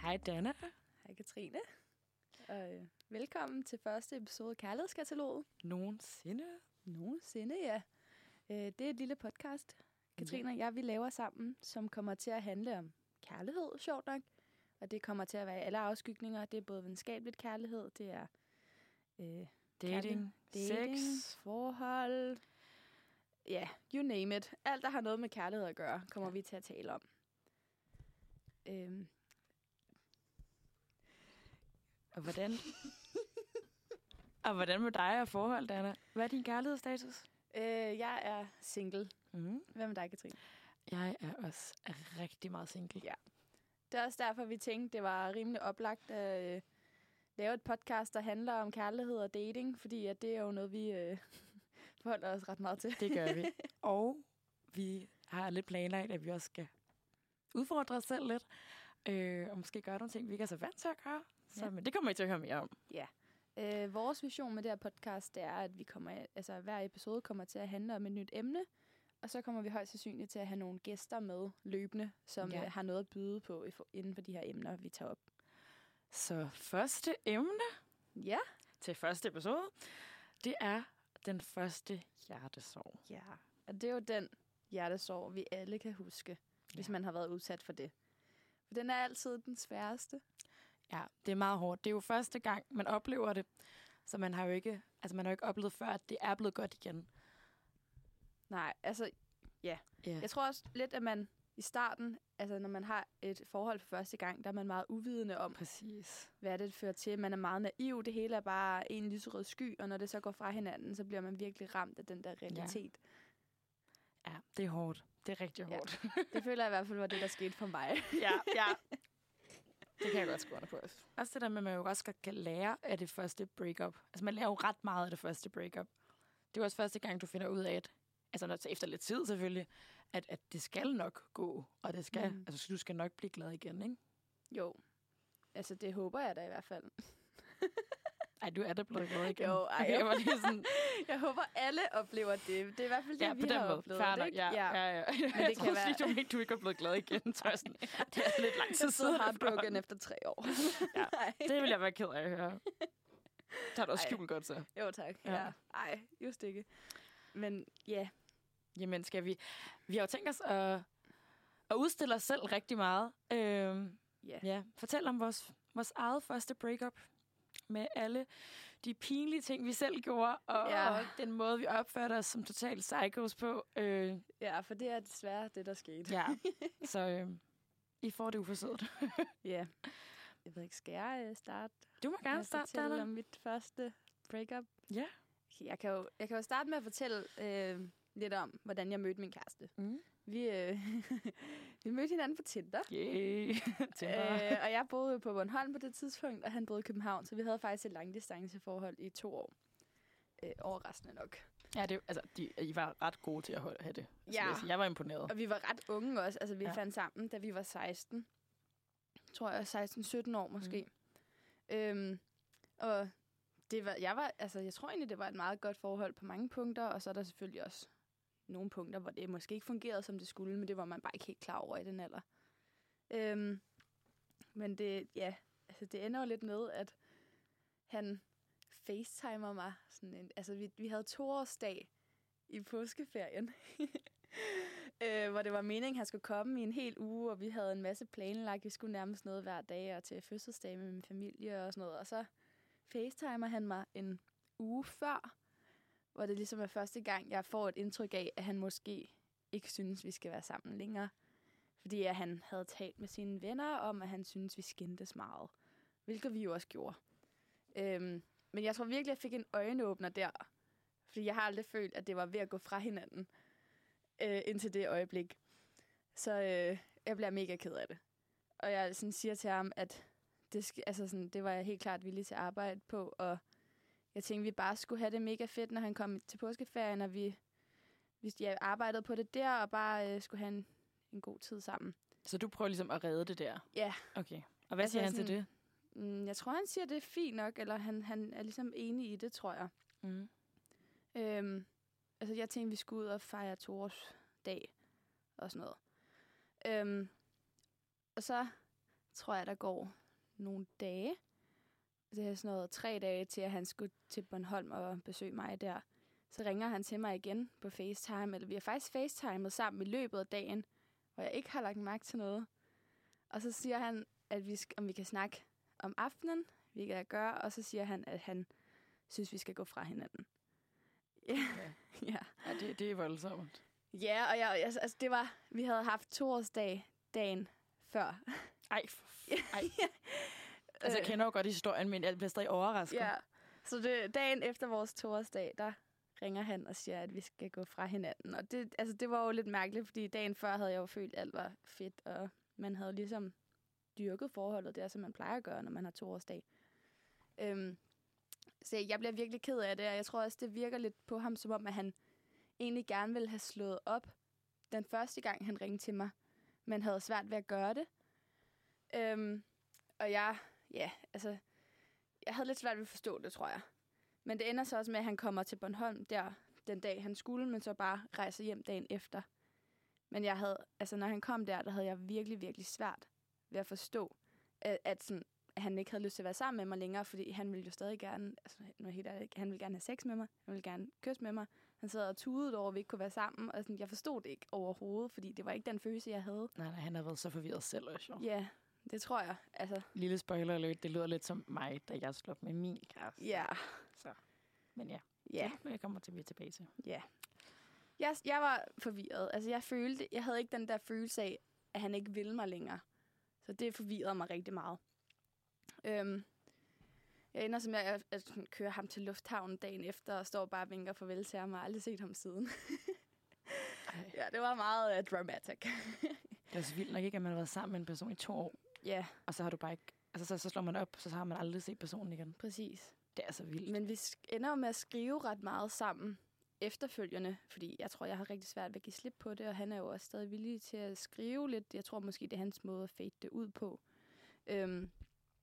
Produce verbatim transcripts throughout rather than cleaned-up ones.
Hej Dana. Hej Katrine. Og øh, velkommen til første episode af Kærlighedskataloget. Nogensinde. Nogensinde, ja. Øh, det er et lille podcast, Katrine og jeg, vi laver sammen, som kommer til at handle om kærlighed, sjovt nok. Og det kommer til at være i alle afskygninger. Det er både venskabeligt kærlighed, det er øh, dating, dating, sex, forhold. Ja, you name it. Alt, der har noget med kærlighed at gøre, kommer ja. vi til at tale om. Øhm. Og hvordan? og hvordan med dig og forhold, Dana? Hvad er din kærlighedsstatus? Øh, jeg er single. Mm. Hvad med dig, Katrine? Jeg er også rigtig meget single. Ja. Det er også derfor, vi tænkte, det var rimelig oplagt at øh, lave et podcast, der handler om kærlighed og dating, fordi at det er jo noget, vi øh, forholder os ret meget til. Det gør vi. Og vi har lidt planlagt, at vi også skal udfordre os selv lidt, øh, og måske gøre nogle ting, vi ikke er så vant til at gøre. Så, ja. Men det kommer I til at høre mere om. Ja. Øh, vores vision med det her podcast, det er, at vi kommer, altså, hver episode kommer til at handle om et nyt emne, og så kommer vi højst sandsynligt til at have nogle gæster med løbende, som ja. øh, har noget at byde på inden for de her emner, vi tager op. Så første emne ja. til første episode, det er den første hjertesorg. Ja, og det er jo den hjertesorg, vi alle kan huske, ja. hvis man har været udsat for det. For den er altid den sværeste. Ja, det er meget hårdt. Det er jo første gang, man oplever det, så man har jo ikke, altså man har jo ikke oplevet før, at det er blevet godt igen. Nej, altså, ja. Yeah. Jeg tror også lidt, at man i starten, altså når man har et forhold for første gang, der er man meget uvidende om, præcis, hvad det fører til. Man er meget naiv, det hele er bare en lyserød sky, og når det så går fra hinanden, så bliver man virkelig ramt af den der realitet. Ja, ja, det er hårdt. Det er rigtig hårdt. Ja. Det føler jeg i hvert fald var det, der skete for mig. ja, ja. Det kan jeg godt skrive under på. Også det der med, at man jo også kan lære af det første breakup. Altså, man lærer jo ret meget af det første breakup. Det er jo også første gang, du finder ud af, at, altså efter lidt tid selvfølgelig, at, at det skal nok gå, og det skal, mm. altså, du skal nok blive glad igen, ikke? Jo. Altså, det håber jeg da i hvert fald. Ej, du er da blevet glad igen. Jo, ej. Okay, jeg, var lige sådan... jeg håber, alle oplever det. Det er i hvert fald det, ja, vi har måde. oplevet. Færdig. Det, ikke? Ja, ja, ja. ja. Men det jeg kan tror, være... du mente, du ikke er blevet glad igen. Så sådan, det er lidt lang tid jeg siden. Jeg heartbroken efter tre år. ja, det vil jeg være ked af at høre. Tager du også skjult godt, så? Jo, tak. Ja. Ja. Ej, just ikke. Men ja. Jamen, skal vi... Vi har jo tænkt os at, at udstille os selv rigtig meget. Øhm, yeah. Ja. Fortæl om vores, vores eget første breakup. Med alle de pinlige ting, vi selv gjorde, og, ja. og den måde, vi opførte os som totalt psychos på. Øh, ja, for det er desværre det, der skete. ja, så øh, I får det uforsøgt. ja. Jeg ved ikke, skal jeg starte? Du må gerne starte, Dana. Fortælle om mit første breakup. Ja. Jeg kan jo, jeg kan jo starte med at fortælle øh, lidt om, hvordan jeg mødte min kæreste. Mm. Vi, øh, vi mødte hinanden på Tinder. Yeah. Tinder. Øh, og jeg boede på Bornholm på det tidspunkt, og han boede i København, så vi havde faktisk et langdistanceforhold i to år. Øh, overraskende nok. Ja, det, altså, de, I var ret gode til at have det. Altså, ja. Jeg, jeg var imponeret. Og vi var ret unge også. Altså, vi ja. fandt sammen, da vi var seksten. Tror jeg, seksten sytten år måske. Mm. Øhm, og det var, jeg, var, altså, jeg tror egentlig, det var et meget godt forhold på mange punkter, og så er der selvfølgelig også nogle punkter, hvor det måske ikke fungerede, som det skulle, men det var man bare ikke helt klar over i den alder. Øhm, men det, ja, altså det ender jo lidt med, at han facetimer mig. Sådan en, altså vi, vi havde toårsdag i påskeferien, øh, hvor det var meningen, at han skulle komme i en hel uge, og vi havde en masse planlagt. Vi skulle nærmest noget hver dag, og til fødselsdag med min familie og sådan noget. Og så facetimer han mig en uge før, hvor det ligesom er første gang, jeg får et indtryk af, at han måske ikke synes, vi skal være sammen længere. Fordi at han havde talt med sine venner om, at han synes, vi skændtes meget. Hvilket vi jo også gjorde. Øhm, men jeg tror virkelig, jeg fik en øjenåbner der. Fordi jeg har aldrig følt, at det var ved at gå fra hinanden øh, indtil det øjeblik. Så øh, jeg bliver mega ked af det. Og jeg sådan siger til ham, at det, skal, altså sådan, det var jeg helt klart villig til at arbejde på, og jeg tænkte, vi bare skulle have det mega fedt, når han kom til påskeferien, og vi, vi ja, arbejdede på det der, og bare øh, skulle have en, en god tid sammen. Så du prøver ligesom at redde det der? Ja. Okay. Og hvad altså, siger han sådan, til det? Mm, jeg tror, han siger, det er fint nok, eller han, han er ligesom enig i det, tror jeg. Mm. Øhm, altså, jeg tænkte, vi skulle ud og fejre toårsdag og sådan noget. Øhm, og så tror jeg, der går nogle dage. Det er sådan noget tre dage til, at han skulle til Bornholm og besøge mig der. Så ringer han til mig igen på FaceTime, eller vi har faktisk FaceTimet sammen i løbet af dagen, hvor jeg ikke har lagt mærke til noget. Og så siger han, at vi skal, om vi kan snakke om aftenen, vi kan gøre, og så siger han, at han synes, vi skal gå fra hinanden. Ja, Okay. ja. Ja, det, det er voldsomt. Ja, og jeg, altså, altså, det var, vi havde haft toårsdag dagen før. Ej, for, ej. Altså, jeg kender jo godt historien, men jeg bliver stadig overrasket. Ja, så det, dagen efter vores toårsdag, der ringer han og siger, at vi skal gå fra hinanden. Og det, altså, det var jo lidt mærkeligt, fordi dagen før havde jeg jo følt, at alt var fedt, og man havde ligesom dyrket forholdet der, som man plejer at gøre, når man har toårsdag. Øhm, så jeg bliver virkelig ked af det, og jeg tror også, det virker lidt på ham, som om, at han egentlig gerne ville have slået op den første gang, han ringede til mig, men havde svært ved at gøre det. Øhm, og jeg, ja, altså, jeg havde lidt svært ved at forstå det, tror jeg. Men det ender så også med, at han kommer til Bornholm der den dag, han skulle, men så bare rejser hjem dagen efter. Men jeg havde, altså, når han kom der, der havde jeg virkelig, virkelig svært ved at forstå, at, at, sådan, at han ikke havde lyst til at være sammen med mig længere, fordi han ville jo stadig gerne, altså, han ville gerne have sex med mig, han ville gerne kysse med mig. Han sad og tudede over, at vi ikke kunne være sammen, og sådan, jeg forstod det ikke overhovedet, fordi det var ikke den følelse, jeg havde. Nej, nej, han har været så forvirret selv også. Jo. Ja, det tror jeg. Altså, Lille spoiler alert, det lyder lidt som mig, da jeg slog op med min kæreste. ja. Så. Men ja, Ja. det jeg kommer til at tilbage til. Ja. Jeg, jeg var forvirret. Altså, jeg følte, jeg havde ikke den der følelse af, at han ikke ville mig længere. Så det forvirrede mig rigtig meget. Øhm, jeg ender som jeg, at, at køre ham til lufthavnen dagen efter, og står bare og vinker farvel til ham, og har aldrig set ham siden. Ja, det var meget uh, dramatic. Det er så vildt nok ikke, at man har været sammen med en person i to år, Ja, yeah, og så har du bare ikke, altså så, så slår man op, så har man aldrig set personen igen. præcis. Det er så vildt. Men vi sk- ender jo med at skrive ret meget sammen efterfølgende, fordi jeg tror, jeg har rigtig svært ved at give slip på det, og han er jo også stadig villig til at skrive lidt. Jeg tror måske, det er hans måde at fade det ud på. Øhm,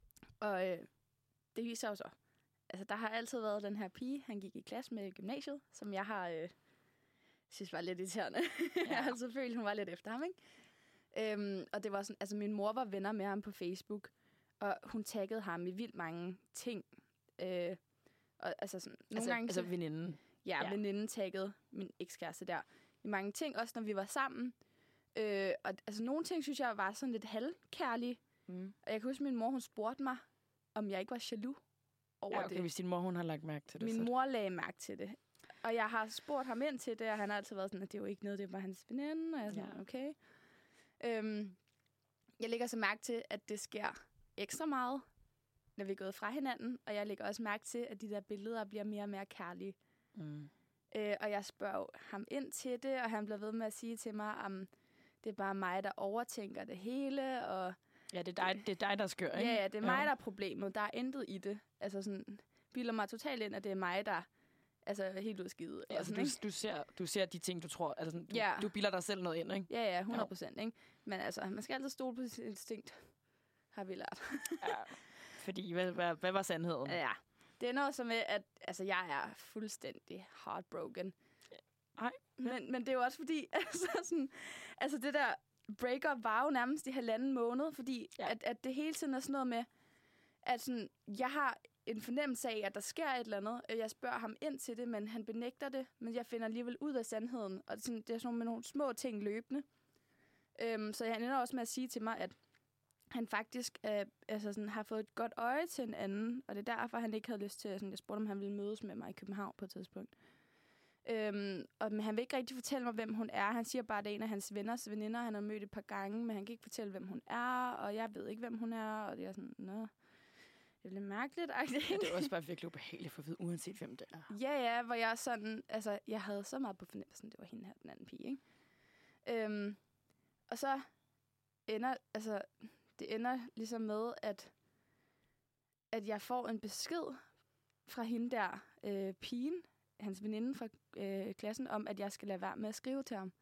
og øh, det viser jo så. Altså, der har altid været den her pige, han gik i klasse med i gymnasiet, som jeg har øh, synes var lidt irriterende. Ja. Jeg har altid følt, hun var lidt efter ham, ikke? Øhm, og det var sådan, altså min mor var venner med ham på Facebook, og hun taggede ham i vildt mange ting. Øh, og, altså sådan, nogle altså, gange... altså veninden. Ja, Ja. veninden taggede min ekskæreste der i mange ting, også når vi var sammen. Øh, og altså nogle ting, synes jeg, var sådan lidt halvkærlige. Mm. Og jeg kan huske, min mor, hun spurgte mig, om jeg ikke var jaloux over Ja, okay, det. hvis din mor, hun har lagt mærke til det. Min så. mor lagde mærke til det. Og jeg har spurgt ham ind til det, og han har altid været sådan, at det er jo ikke noget, det var hans veninde. Og jeg er sådan, Ja. okay. Øhm, jeg lægger så mærke til, at det sker ekstra meget, når vi er gået fra hinanden. Og jeg lægger også mærke til, at de der billeder bliver mere og mere kærlige. Mm. Øh, og jeg spørger ham ind til det, og han bliver ved med at sige til mig, om det er bare mig, der overtænker det hele. Og Ja, det er dig, det er dig der skør, ikke? ja, ja, det er mig, der er problemet. Der er intet i det. Altså sådan, bilder mig totalt ind, at det er mig, der altså, er helt udskidet. Ja, altså, du, du, ser, du ser de ting, du tror. Altså, du, Ja. du bilder dig selv noget ind, ikke? Ja, ja, hundrede procent, ikke? Men altså, man skal altid stole på sit instinkt, har vi lært. Ja. Fordi, hvad, hvad, hvad var sandheden? Ja, det ender også med, at altså, jeg er fuldstændig heartbroken. Ej. Men, men det er jo også fordi, altså, sådan, altså det der breakup var jo nærmest i halvanden måned, fordi Ja. at, at det hele tiden er sådan noget med, at sådan, jeg har en fornemmelse af, at der sker et eller andet. Jeg spørger ham ind til det, men han benægter det, men jeg finder alligevel ud af sandheden. Og sådan, det er sådan med nogle små ting løbende. Øhm, så han ender også med at sige til mig, at han faktisk øh, altså sådan, har fået et godt øje til en anden, og det er derfor, han ikke havde lyst til, sådan, jeg spurgte, om han ville mødes med mig i København på et tidspunkt. Øhm, og, men han vil ikke rigtig fortælle mig, hvem hun er. Han siger bare, at det er en af hans venners veninder, han har mødt et par gange, men han kan ikke fortælle, hvem hun er, og jeg ved ikke, hvem hun er, og det er sådan, nå, det er lidt mærkeligt. Ja, det er også bare virkelig ubehageligt for at vide, uanset hvem det er. Ja, ja, hvor jeg sådan, altså, jeg havde så meget på fornemmelsen, det var hende her, den anden pige, ikke? Øhm, og så ender, altså, det ender ligesom med, at, at jeg får en besked fra hende der, øh, pigen, hans veninde fra øh, klassen, om, at jeg skal lade være med at skrive til ham.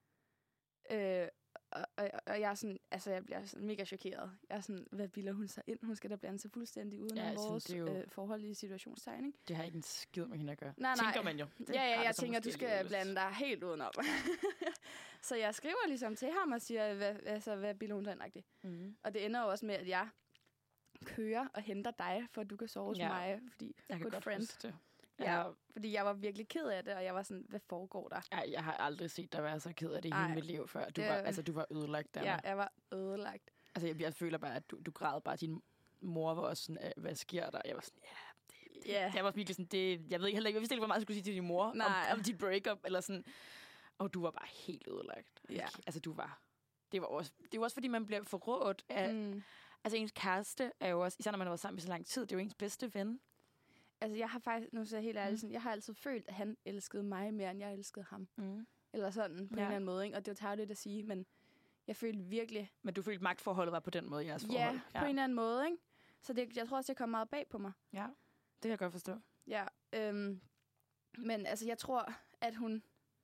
Øh, og, og, og jeg er sådan, altså jeg bliver sådan mega chokeret. Jeg er sådan, hvad bilder hun sig ind? Hun skal da blande sig fuldstændig uden Ja, ja, sådan, vores det er jo- øh, forhold i situationstegn, ikke? Det har ikke en skid med hende at gøre. Nej, nej. Tænker man jo. Det Ja, har ja, det jeg så tænker, måske du skal alligevel. blande dig helt udenom. Så jeg skriver ligesom til ham og siger, hvad, altså, hvad bilder hun sig mm. Og det ender jo også med, at jeg kører og henter dig, for at du kan sove hos ja. mig, fordi jeg kan good godt friend. Det. Ja, ja, fordi jeg var virkelig ked af det, og jeg var sådan, hvad foregår der? Ej, jeg har aldrig set dig være så ked af det i Ej, hele mit liv før. Du det, var, altså, du var ødelagt der. Ja, jeg var ødelagt. Altså, jeg, jeg føler bare, at du, du græd bare. Din mor var også sådan, hvad sker der? Jeg var sådan, ja, det, det. Yeah. Jeg var virkelig sådan, det, jeg ved ikke heller ikke, jeg vidste ikke, hvor meget jeg skulle sige til din mor om, om dit breakup, eller sådan. Og du var bare helt ødelagt. Ja. Altså, du var, det var også, det var også fordi, man bliver forrådt af, mm. altså ens kæreste er jo også, især når man har været sammen i så lang tid, det er jo ens bedste ven. Altså, jeg har faktisk, nu så jeg helt ærligt, mm. jeg har altid følt, at han elskede mig mere, end jeg elskede ham. Mm. Eller sådan, på ja. en eller anden måde, ikke? Og det var tarveligt at sige, men jeg følte virkelig... Men du følte, magtforholdet var på den måde, jeres ja, forhold? Ja, på en eller anden måde, ikke? Så det, jeg tror også, det kom meget bag på mig. Ja, det kan jeg godt forstå. Ja, øhm, men altså, jeg tror, at hun...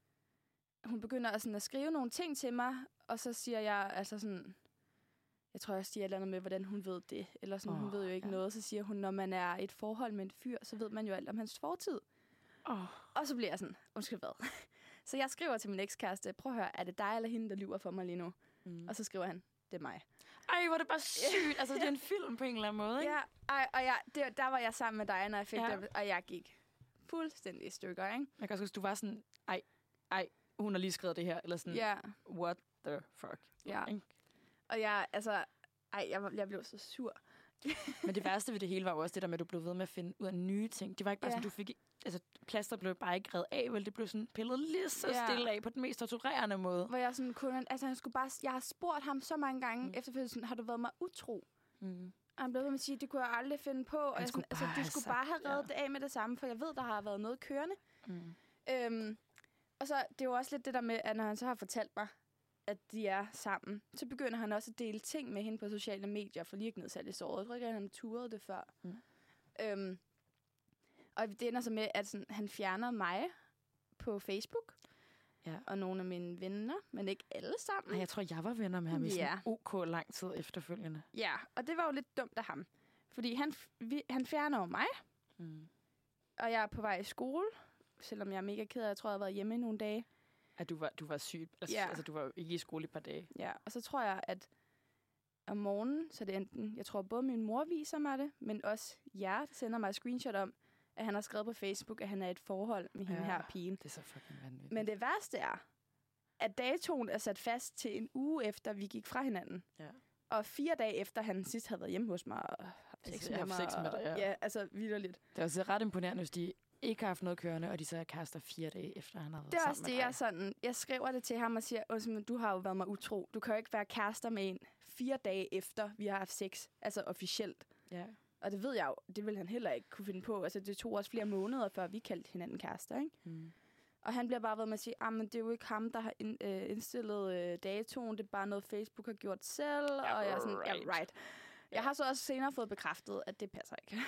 Hun begynder at, sådan, at skrive nogle ting til mig, og så siger jeg, altså sådan... Jeg tror, jeg siger et eller andet med, hvordan hun ved det. Eller sådan, oh, hun ved jo ikke ja. noget. Så siger hun, når man er i et forhold med en fyr, så ved man jo alt om hans fortid. Oh. Og så bliver jeg sådan, undskyld hvad? Så jeg skriver til min ekskæreste, prøv at høre, er det dig eller hende, der lyver for mig lige nu? Mm. Og så skriver han, det er mig. Ej, hvor er det bare sygt. Altså, det er en film på en eller anden måde, ikke? Ja, ej, og jeg, det, der var jeg sammen med dig, når jeg fik ja. det, og jeg gik fuldstændig i stykker, ikke? Jeg kan også huske, du var sådan, ej, ej, hun har lige skrevet det her, eller sådan, ja. what the fuck? Ja. Ikke? Og jeg, altså, ej, jeg, jeg blev så sur. Men det værste ved det hele var jo også det der med, at du blev ved med at finde ud af nye ting. Det var ikke bare ja. sådan, du fik... Altså, plaster blev bare ikke reddet af, vel? Det blev sådan pillet lige så ja. stille af på den mest torturerende måde. Hvor jeg sådan kunne... Altså, han skulle bare... Jeg har spurgt ham så mange gange mm. efterfølgende, sådan, har du været mig utro? Mm. Og han blev ved med at sige, det kunne jeg aldrig finde på. Og jeg sådan, altså, du skulle sagt, bare have reddet ja. det af med det samme, for jeg ved, der har været noget kørende. Mm. Øhm, og så, det er jo også lidt det der med, at når han så har fortalt mig, at de er sammen, så begynder han også at dele ting med hende på sociale medier, for lige ikke nedsat i såret. Jeg tror ikke, at han har turet det før. Mm. Øhm, og det ender så med, at sådan, han fjerner mig på Facebook, ja. og nogle af mine venner, men ikke alle sammen. Nej, jeg tror, jeg var venner med ham i sådan ja. ok lang tid efterfølgende. Ja, og det var jo lidt dumt af ham. Fordi han, vi, han fjerner jo mig, mm. og jeg er på vej i skole, selvom jeg er mega ked af, jeg tror, jeg har været hjemme i nogle dage. At du var, du var syg. Altså, ja. altså, du var ikke i skole i et par dage. Ja, og så tror jeg, at om morgenen, så det enten, jeg tror både min mor viser mig det, men også jer sender mig et screenshot om, at han har skrevet på Facebook, at han er i et forhold med ja, hende her pigen. Det er så fucking vanvittigt. Men det værste er, at datoen er sat fast til en uge efter, vi gik fra hinanden. Ja. Og fire dage efter, han sidst havde været hjemme hos mig og haft sex med mig. Sex med dig, ja. ja, altså vitterligt. Det er også ret imponerende, hvis de ikke har haft noget kørende, og de så er kaster fire dage efter, han har været det er sammen også med det, dig. Jeg sådan, jeg skriver det til ham og siger, du har jo været mig utro. Du kan jo ikke være kærester med en fire dage efter, vi har haft sex. Altså officielt. Ja. Og det ved jeg jo, det vil han heller ikke kunne finde på. Altså det tog også flere måneder, før vi kaldte hinanden kærester, ikke? Mm. Og han bliver bare ved med at sige, ah, men det er jo ikke ham, der har ind, øh, indstillet øh, datoen. Det er bare noget, Facebook har gjort selv. Ja, og jeg er sådan, right. ja, right. Jeg ja. har så også senere fået bekræftet, at det passer ikke.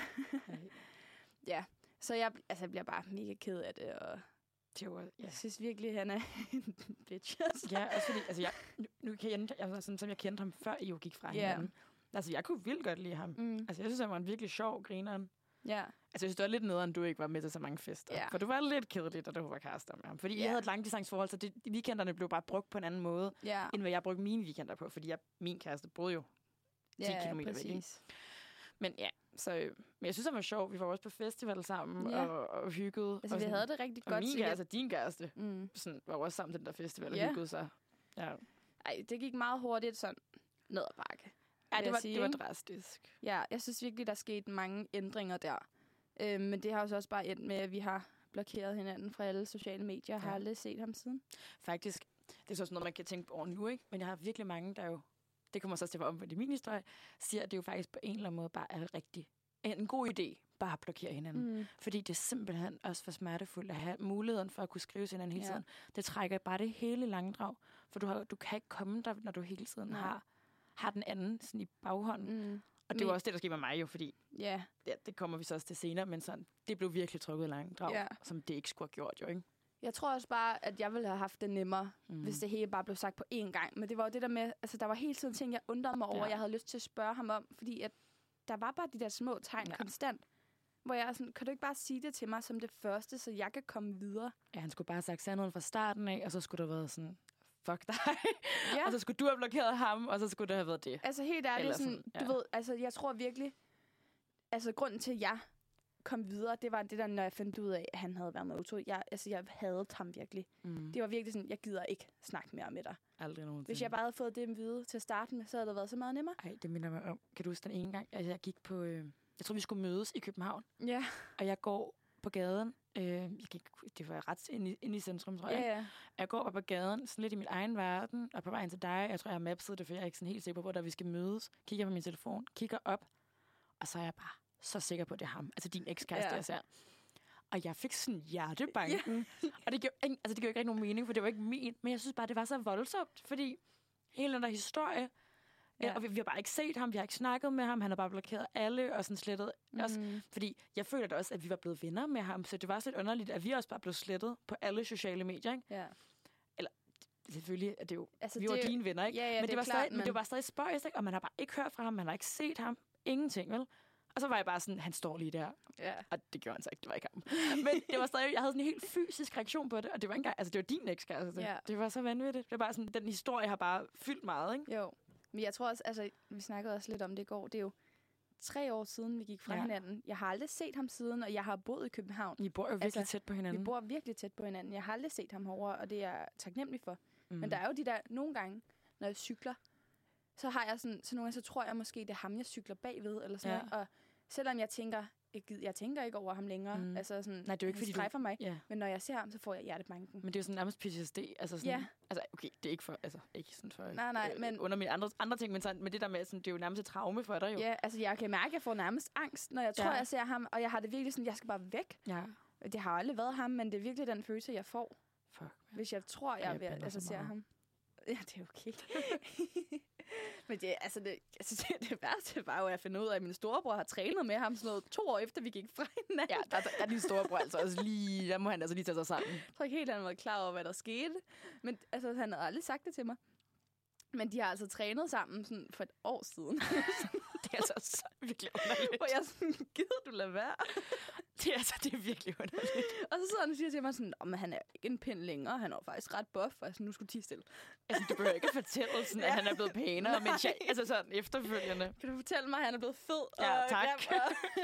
ja. Så jeg, altså, jeg bliver bare mega ked af det, og det var, ja. jeg synes virkelig, at han er en bitch. Altså. Ja, også fordi, altså, jeg, nu, nu kan jeg, altså, sådan, som jeg kendte ham, før I jo gik fra yeah. hinanden. Altså, jeg kunne vildt godt lide ham. Mm. Altså, jeg synes, han var en virkelig sjov grineren. Ja. Altså, jeg synes, det var lidt nederen, du ikke var med til så mange fester. Yeah. For du var lidt kedelig, da du var kærester med ham. Fordi yeah. jeg havde et langdistanceforhold, så det, weekenderne blev bare brugt på en anden måde, yeah. end hvad jeg brugte mine weekender på. Fordi jeg, min kæreste boede jo ti yeah, kilometer væk. Men ja, så, men jeg synes, det var sjovt. Vi var også på festival sammen ja. og, og hyggede. Altså, og vi sådan, havde det rigtig og godt. Og min kæreste, din kæreste, mm. sådan, var også sammen til den der festival og ja. hyggede sig. Ja. Ej, det gik meget hurtigt sådan ned ad bakke. Ja, det var, sige, det var drastisk. Ja, jeg synes virkelig, der skete mange ændringer der. Øh, men det har jo også bare endt med, at vi har blokeret hinanden fra alle sociale medier. Jeg ja. har aldrig set ham siden. Faktisk, det er så sådan noget, man kan tænke over nu, ikke? Men jeg har virkelig mange, der jo, det kommer så til at være omvendt i min historie, siger, at det jo faktisk på en eller anden måde bare er rigtig en god idé, bare at blokere hinanden. Mm. Fordi det er simpelthen også for smertefuldt at have muligheden for at kunne skrive til hinanden hele tiden. Ja. Det trækker bare det hele lange drag. For du, har, du kan ikke komme der, når du hele tiden ja. har, har den anden sådan i baghånden. Mm. Og det var også det, der skete med mig jo, fordi yeah. ja, det kommer vi så også til senere, men sådan, det blev virkelig trukket i lange drag, yeah. som det ikke skulle have gjort jo, ikke? Jeg tror også bare, at jeg ville have haft det nemmere, mm. hvis det hele bare blev sagt på én gang. Men det var jo det der med, altså der var hele tiden ting, jeg undrede mig over, ja. jeg havde lyst til at spørge ham om, fordi at der var bare de der små tegn ja. konstant, hvor jeg er sådan, kan du ikke bare sige det til mig som det første, så jeg kan komme videre? Ja, han skulle bare have sagt sandheden fra starten af, og så skulle der have været sådan, fuck dig. Ja. Og så skulle du have blokeret ham, og så skulle det have været det. Altså helt ærligt, Eller sådan, sådan, ja. du ved, altså jeg tror virkelig, altså grunden til, at jeg kom videre, det var det der, når jeg fandt ud af, at han havde været med utro. Jeg, altså jeg havde ham virkelig. Mm. Det var virkelig sådan, jeg gider ikke snakke mere med dig. Aldrig nogensinde. Hvis jeg bare havde fået det at vide til at starte med, så havde det været så meget nemmere. Ej, det minder mig om. Kan du huske den ene gang, at jeg gik på... Øh, jeg tror, vi skulle mødes i København. Ja. Og jeg går på gaden. Øh, jeg gik, det var ret inde i, inde i centrum, tror jeg. Ja, ja. Jeg går bare på gaden, sådan lidt i min egen verden, og på vejen til dig. Jeg tror, jeg har mapset det, for jeg er ikke sådan helt sikker på, hvor der vi skal mødes. Kigger på min telefon, kigger op, og så er jeg bare så sikker på, at det er ham. Altså din ekskæreste, Ja. jeg ser. Og jeg fik sådan hjertebanken. Ja. Og det gjorde, ikke, altså, det gjorde ikke rigtig nogen mening, for det var ikke min. Men jeg synes bare, det var så voldsomt, fordi hele den der historie, ja. Ja, og vi, vi har bare ikke set ham, vi har ikke snakket med ham, han har bare blokeret alle og sådan slettet mm. os. Fordi jeg føler da også, at vi var blevet venner med ham, så det var også lidt underligt, at vi også bare blev slettet på alle sociale medier, ikke? Ja. Eller selvfølgelig er det jo, Altså, vi det var er jo- dine venner, ikke? Ja, ja, men, det det er var klart, stadig, men men- det var stadig spøjst, ikke? Og man har bare ikke hørt fra ham, man har ikke set ham, ingenting, vel? Og så var jeg bare sådan, han står lige der. Ja. Og det gjorde han så ikke, det var ikke ham. Men det var stadig, jeg havde sådan en helt fysisk reaktion på det, og det var ikke engang, altså det var din ekskæreste. Ja. Det var så vanvittigt. Det var bare sådan, den historie har bare fyldt meget, ikke? Jo. Men jeg tror også, altså, vi snakkede også lidt om det i går, det er jo tre år siden, vi gik fra Ja. ja. hinanden. Jeg har aldrig set ham siden, og jeg har boet i København. I bor jo virkelig Altså, tæt på hinanden. Vi bor virkelig tæt på hinanden. Jeg har aldrig set ham herovre, og det er jeg taknemmelig for. Mm. Men der er jo de der, nogle gange, når jeg cykler, så har jeg sådan, så nogle gange, så tror jeg måske, det er ham, jeg cykler bagved, eller sådan Ja. noget. Og selvom jeg tænker, jeg, gider, jeg tænker ikke over ham længere, Mm. altså sådan, Nej, det er jo ikke, han fordi du- strejfer mig, Ja. men når jeg ser ham, så får jeg hjertebanken. Men det er jo sådan nærmest P T S D. Altså, sådan, Ja. altså okay, det er ikke for, altså ikke sådan for, Nej, nej, men- under mine andre, andre ting, men, sådan, men det der med, sådan, det er jo nærmest et traume for dig jo. Ja, altså jeg kan mærke, at jeg får nærmest angst, når jeg tror, Ja. jeg ser ham, og jeg har det virkelig sådan, jeg skal bare væk. Ja. Det har aldrig været ham, men det er virkelig den følelse, jeg får, Fuck. hvis jeg tror, jeg, jeg jeg ved, bænder altså, så ser meget. ham. Ja, det er okay. Men det, altså det, altså det, det værste var jo, at jeg finder ud af, at min storebror har trænet med ham sådan noget to år efter, vi gik fra hinanden. Ja, der, der, der er din storebror altså også lige, der må han altså lige tage sig sammen. Jeg tror ikke helt, han var klar over, hvad der skete. Men altså, han havde aldrig sagt det til mig. Men de har altså trænet sammen sådan for et år siden. Det er altså så virkelig underligt. Hvor jeg er sådan, gider du lade være? Det er altså, det er virkelig underligt. Og så sidder han og siger til mig sådan, men han er ikke en pind længere, han er jo faktisk ret buff, og sådan, nu skulle de stille. Altså, du behøver ikke at fortælle, sådan, at Ja. han er blevet pænere, Nej. mens jeg, altså sådan efterfølgende. Kan du fortælle mig, at han er blevet fed? Ja, og tak. grim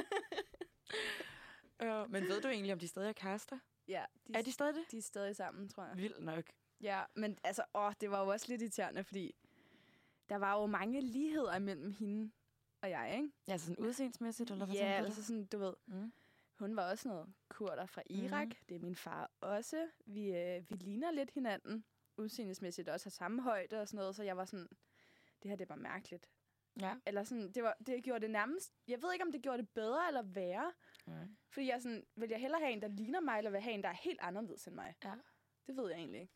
og- Øh, men ved du egentlig, om de stadig er kærester? ja, de, Er de stadig det? de er stadig sammen, tror jeg. Vildt nok. Ja, men altså, åh, det var jo også lidt irriterende, fordi der var jo mange ligheder imellem hende og jeg, ikke? Ja, altså sådan udseendsmæssigt, eller hvad Ja, tænker du? altså sådan, du ved, Mm. hun var også noget kurder fra Irak. Mhm. Det er min far også. Vi, øh, vi ligner lidt hinanden, udseendemæssigt også har samme højde og sådan noget, så jeg var sådan, det her, det var mærkeligt. Ja. Eller sådan, det, var, det gjorde det nærmest, jeg ved ikke, om det gjorde det bedre eller værre, Nej. fordi jeg sådan, vil jeg hellere have en, der ligner mig, eller vil jeg have en, der er helt anderledes end mig? Ja. Det ved jeg egentlig ikke.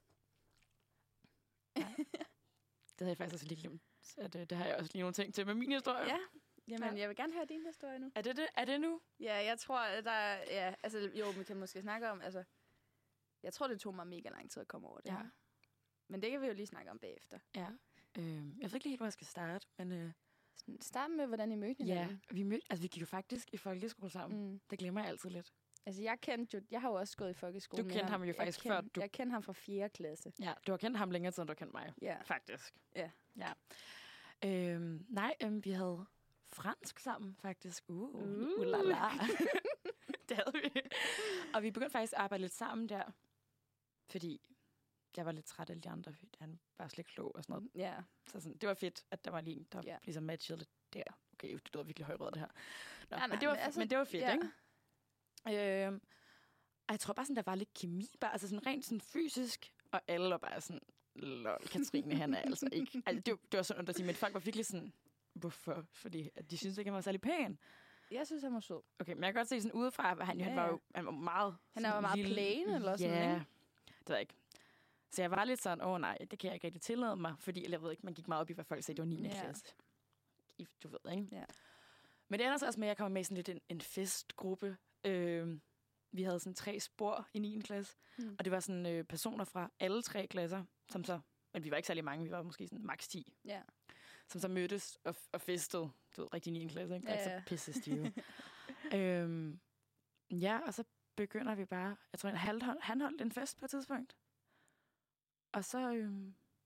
Det havde jeg faktisk også lige glemt. Så det, det har jeg også lige nogle ting til med min historie. Ja, jamen, Ja. jeg vil gerne høre din historie nu. Er det det? Er det nu? Ja, jeg tror, at der er, ja, altså, jo, vi kan måske snakke om, altså, jeg tror, det tog mig mega lang tid at komme over det Ja. her. Men det kan vi jo lige snakke om bagefter. Ja. Øh, jeg ved ikke lige helt, hvor jeg skal starte, men øh, Sådan, Start med, hvordan I mødte ja, hinanden. vi mødte, altså vi gik jo faktisk i folkeskole sammen. Mm. Det glemmer jeg altid lidt. Altså, jeg kendte jo, jeg har jo også gået i folkeskole Du med kendte ham jo faktisk jeg før kendte, du- Jeg kendte ham fra fjerde klasse. Ja, du har kendt ham længere tid, end du har kendt mig. Ja. Faktisk. Ja. Ja. Øhm, nej, øhm, vi havde fransk sammen, faktisk. Uh, uh, Uh. uh la, la. Det havde vi. Og vi begyndte faktisk at arbejde lidt sammen der, fordi jeg var lidt træt af de andre, fordi han var slet ikke klog og sådan noget. Ja. Så sådan, det var fedt, at der var lige en, der Ja. ligesom matchede lidt der. Okay, det lyder virkelig højrødt, det her. Nå, Ja, nej, men, det var, men altså, altså, men det var fedt, ja. ikke? Øhm, og jeg tror bare sådan, der var lidt kemi, bare, altså sådan rent sådan fysisk, og alle var bare sådan, lol, Katrine, han er altså ikke... Altså, det, var- det var sådan, at sige, men folk var virkelig sådan, hvorfor? Fordi at de synes ikke, han var særlig pæn. Jeg synes, han var sød. Okay, men jeg kan godt se sådan udefra, at han, ja, Ja, han var ja. jo han var meget... Han er jo sådan meget lille- plain, eller sådan, ja, ikke? det ved jeg ikke. Så jeg var lidt sådan, åh nej, det kan jeg ikke rigtig tillade mig, fordi jeg ved ikke, man gik meget op i, hvad folk sagde, det var niende Ja. klasse. I, du ved, ikke? Ja. Men det ender så også med, at jeg kommer med i sådan lidt en, en festgruppe. Øh, vi havde sådan tre spor i niende klasse, Mm. og det var sådan øh, personer fra alle tre klasser, som så, men vi var ikke særlig mange, vi var måske sådan maks ti, Ja. som så mødtes og, og festede, du ved, rigtig niende klasse, ikke? Der er Ja, ikke ja. så pisse stive. øhm, ja, og så begynder vi bare, jeg tror, han, holdt- han holdt en fest på et tidspunkt. Og så, øhm,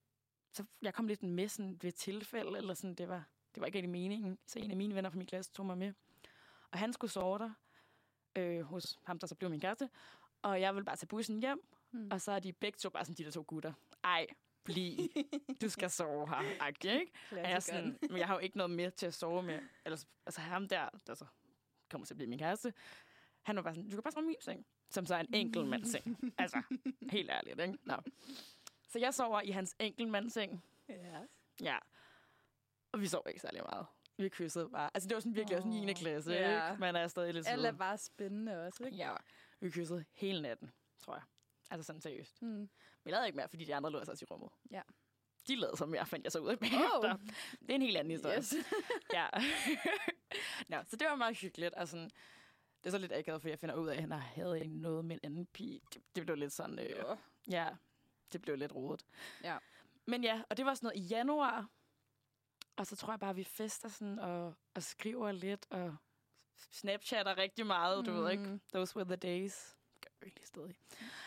så jeg kom lidt med sådan ved tilfælde, eller sådan, det var, det var ikke rigtig meningen. Så en af mine venner fra min klasse tog mig med. Og han skulle sove der, øh, hos ham, der så blev min kæreste. Og jeg ville bare tage bussen hjem, mm. og så er de begge to bare sådan, de der to gutter. Ej, bliv. Du skal sove her. Agtig, ikke? Jeg, sådan, men jeg har jo ikke noget mere til at sove med. Ellers, altså ham der, der så kommer til at blive min kæreste, han var bare sådan, du kan bare sove i min seng. Som så er en enkeltmandsseng. Altså, helt ærligt, ikke? Nå. Så jeg sover i hans enkeltmandsseng. Yes. Ja. Og vi sover ikke særlig meget. Vi kyssede bare. Altså, det var sådan virkelig også niende klasse, ja. ikke? Man er stadig lidt Alle er bare spændende også, ikke? Ja. Vi kyssede hele natten, tror jeg. Altså sådan seriøst. Mm. Vi lavede ikke mere, fordi de andre lå sig i rummet. Ja. De lavede så mere, fandt jeg så ud af bagefter. Oh. Det er en helt anden historie. Yes. Ja. Nå, så det var meget hyggeligt. Altså, det er så lidt akavet, for jeg finder ud af, at han havde noget med en anden pige. Det, det blev lidt sådan... Øh, ja. ja, det blev lidt rodet. Ja. Men ja, og det var sådan noget i januar. Og så tror jeg bare, at vi fester sådan og, og skriver lidt og snapchatter rigtig meget, mm. du ved ikke? Those were the days. Det gør jeg stadig.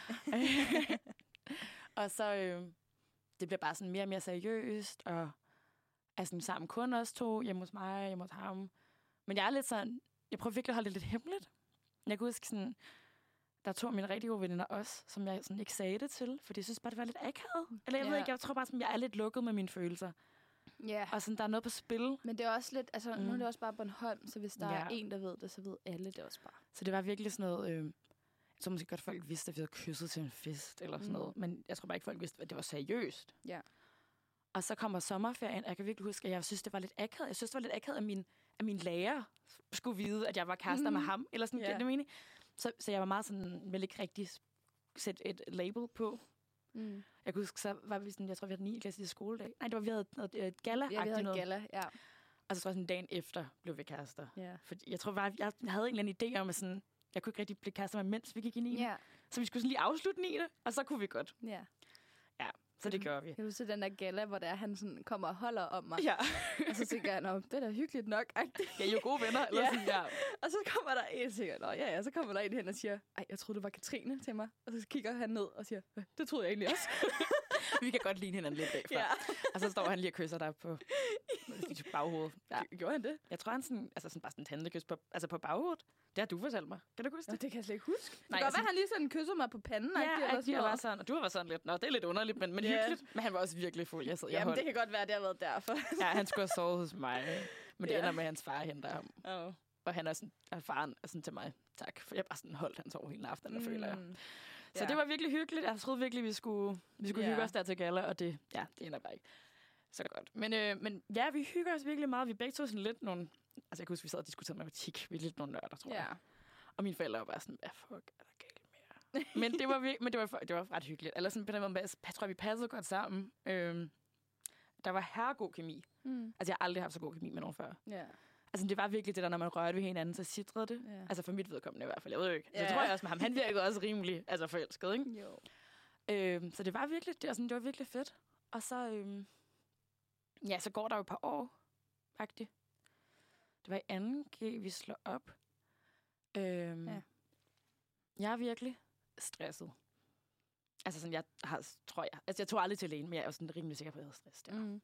Og så, øh, det bliver bare sådan mere og mere seriøst, og er sådan sammen kun os to, hjemme hos mig, hjemme hos ham. Men jeg er lidt sådan, jeg prøver virkelig at holde det lidt hemmeligt. Jeg kan huske sådan, der er to af mine rigtig gode veninder også, som jeg sådan ikke sagde det til, fordi jeg synes bare, det var lidt akavet. Eller jeg yeah. ved ikke, jeg tror bare, at jeg er lidt lukket med mine følelser. Ja. Yeah. Og sådan, der er noget på spil. Men det er også lidt, altså mm. nu er det også bare Bornholm, så hvis der ja. er en, der ved det, så ved alle det også bare. Så det var virkelig sådan noget, øh, jeg tror måske godt, folk vidste, at vi havde kysset til en fest, eller sådan mm. noget. Men jeg tror bare ikke, folk vidste, at det var seriøst. Ja. Og så kommer sommerferien, og jeg kan virkelig huske, at jeg synes, det var lidt akavet. Jeg synes, det var lidt akavet, at min, at min lærer skulle vide, at jeg var kærester mm. med ham, eller sådan, yeah. det mening. Så, så jeg var meget sådan, vel ikke rigtig sætte et label på. Mm. Jeg kan huske, så var vi sådan, jeg tror, vi havde niende klasse i skoledag. Nej, det var, vi havde noget uh, gala. Ja, vi havde noget. Gala, ja. Og så tror jeg, sådan dagen efter blev vi kærester. Yeah. Fordi jeg tror bare, jeg havde en eller anden idé om, at sådan, jeg kunne ikke rigtig blive kærester med, mens vi gik ind i yeah. Så vi skulle sådan lige afslutte niende, og så kunne vi godt. Ja. Yeah. Ja, så det gør vi. Kan du se den der gala, hvor der han sådan kommer og holder om mig? Ja. Og så tænker jeg, det er da hyggeligt nok. Ja, I er jo gode venner. Eller ja. Sådan, ja. Og så kommer der en, sikker, ja, ja, så kommer der en hen og siger, ej, jeg troede, det var Katrine til mig. Og så kigger han ned og siger, det troede jeg egentlig også. Vi kan godt ligne hinanden lidt bagfra. Ja. Og så står han lige og kysser dig på baghovedet. Ja. Gjorde han det? Jeg tror, han sådan, altså sådan bare sådan en tandekys på, altså på baghovedet. Det har du fortalt mig. Kan du huske det? Nå, det kan jeg slet ikke huske. Det kan godt være, han lige sådan kysser mig på panden. Ja, eller sådan var sådan, og du var sådan lidt, nå, det er lidt underligt, men, men yeah. hyggeligt. Men han var også virkelig fuld. Jeg sad, jeg Jamen, det kan godt være, det har været derfor. Ja, han skulle have sovet hos mig. Men det yeah. ender med, at hans far henter ham. Oh. Og han er sådan, og faren er sådan til mig, tak. For jeg bare sådan holdt hans over hele aftenen, mm. føler jeg. Så ja. Det var virkelig hyggeligt. Jeg troede virkelig, vi skulle, vi skulle yeah. hygge os der til galla, og det, ja, det ender bare ikke så godt. Men, øh, men ja, vi hygger os virkelig meget. Vi begge to sådan lidt nogle... Altså, jeg kan huske, vi sad og diskuterede matematik. Vi er lidt nogle nørder, tror yeah. jeg. Og mine forældre var bare sådan, hvad fuck er der galt med jer? Men det var virkelig, men det var, det var ret hyggeligt. Eller sådan på den måde, jeg tror, vi passede godt sammen. Øhm, der var herregod kemi. Mm. Altså, jeg har aldrig haft så god kemi med nogen før. Yeah. Altså, det var virkelig det der, når man rørte ved hinanden, så sidrede det. Yeah. Altså, for mit vedkommende i hvert fald. Jeg ved jo ikke. Yeah. Så tror jeg også med ham. Han virkede også rimelig altså, forelsket, ikke? Jo. Øhm, så det var virkelig, det var, sådan, det var virkelig fedt. Og så, øhm, ja, så går der jo et par år, faktisk. Det var i anden G, vi slår op. Øhm, ja. Jeg er virkelig stresset. Altså sådan, jeg har, tror jeg, altså jeg tog aldrig til lægen, men jeg er jo sådan rimelig sikker på, at jeg havde stress der. Mm.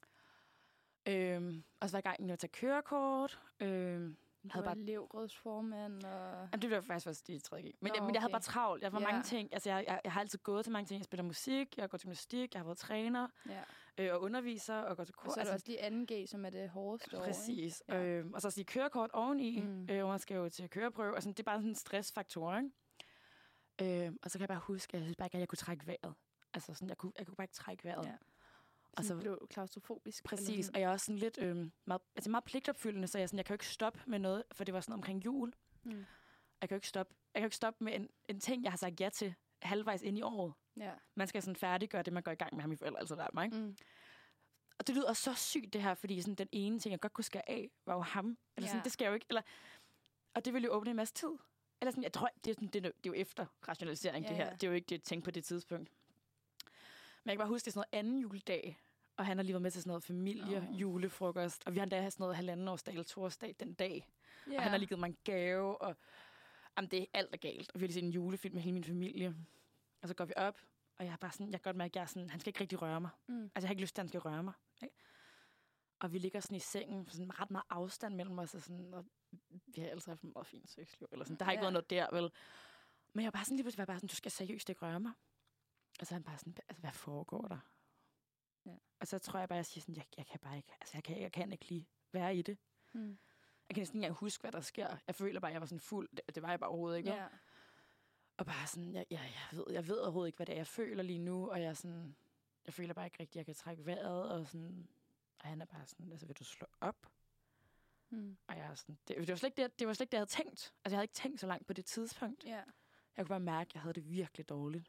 Øhm, og så var jeg i gang med at tage kørekort. Øhm, du havde bare elevrådsformand og... Jamen, det var faktisk først i tredje G. Men, Nå, jeg, men okay. jeg havde bare travlt. Jeg var yeah. mange ting. Altså, jeg, jeg, jeg har altid gået til mange ting. Jeg spiller musik, jeg har gået til gymnastik, jeg har været træner yeah. øh, og underviser og gået til kurs. Og så er det også lige anden G, som er det hårdeste år. Præcis. Ja. Øh, og så lige kørekort oveni, mm. øh, og man skal jo til køreprøve. Og sådan, det er bare sådan en stressfaktor, ikke? Øh, og så kan jeg bare huske, at jeg synes bare ikke, at jeg kunne trække vejret. Altså, sådan, jeg, kunne, jeg kunne bare ikke trække vejret. Ja. Og så blev klaustrofobisk. Præcis, og jeg er også sådan lidt øh, meget, altså meget pligtopfyldende, så jeg, sådan, jeg kan jo ikke stoppe med noget, for det var sådan omkring jul. Mm. Jeg kan jo ikke stoppe, jeg kan jo ikke stoppe med en, en ting, jeg har sagt ja til halvvejs ind i året. Ja. Man skal sådan færdiggøre det, man går i gang med, ham i forældre, altså der mig. Mm. Og det lyder så sygt, det her, fordi sådan, den ene ting, jeg godt kunne skære af, var jo ham. Eller sådan, ja. Det skal jeg jo ikke. Eller, og det ville jo åbne en masse tid. Eller sådan, jeg tror, det er, sådan, det er, det er jo efter rationalisering, ja, det her. Ja. Det er jo ikke det, jeg tænkte på det tidspunkt. Men jeg kan bare huske, det er sådan noget anden juledag, og han har lige været med til sådan noget familie-julefrokost, og vi har endda sådan noget halvanden årsdag eller toårsdag den dag. Yeah. Og han har lige givet mig en gave, og jamen, det er alt er galt. Og vi har lige set en julefilm med hele min familie. Og så går vi op, Og jeg er bare sådan, jeg kan godt mærke, at jeg er sådan, han skal ikke rigtig røre mig. Mm. Altså, jeg har ikke lyst til, at han skal røre mig. Ikke? Og vi ligger sådan i sengen, sådan ret meget afstand mellem os, og, sådan, og vi har altid haft en meget fin sexliv, eller sådan. Der har ikke Ja. været noget der, vel? Men jeg var bare sådan, lige pludselig var jeg bare sådan, du skal seriøst ikke røre mig. Og så er han bare sådan, altså, hvad foregår der? Ja. Og så tror jeg bare, jeg siger sådan, jeg, jeg kan bare ikke, altså, jeg kan, jeg kan ikke lige være i det. Mm. Jeg kan næsten ikke engang huske, hvad der sker. Jeg føler bare, at jeg var sådan fuld. Det, det var jeg bare overhovedet ikke. Ja. Og bare sådan, jeg, jeg, jeg, ved, jeg ved overhovedet ikke, hvad det er, jeg føler lige nu. Og jeg, sådan, jeg føler bare ikke rigtigt, at jeg kan trække vejret. Og, sådan, og han er bare sådan, altså vil du slå op? Mm. Og jeg er sådan, det, det, var slet ikke det, det var slet ikke det, jeg havde tænkt. Altså jeg havde ikke tænkt så langt på det tidspunkt. Ja. Jeg kunne bare mærke, at jeg havde det virkelig dårligt.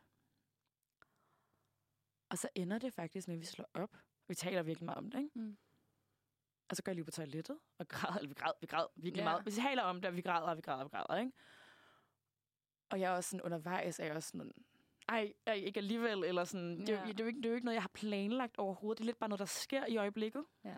Og så ender det faktisk, når vi slår op. Vi taler virkelig meget om det, ikke? Mm. Og så går jeg lige på toilettet og græder, eller vi græder, vi græder virkelig Ja. meget. Vi taler om det, og vi græder, og vi græder, og vi græder, ikke? Og jeg er også sådan, undervejs er jeg også sådan, ej, ej ikke alligevel, eller sådan, det, er, Ja. jo- det, er jo ikke, det er jo ikke noget, jeg har planlagt overhovedet. Det er lidt bare noget, der sker i øjeblikket. Ja.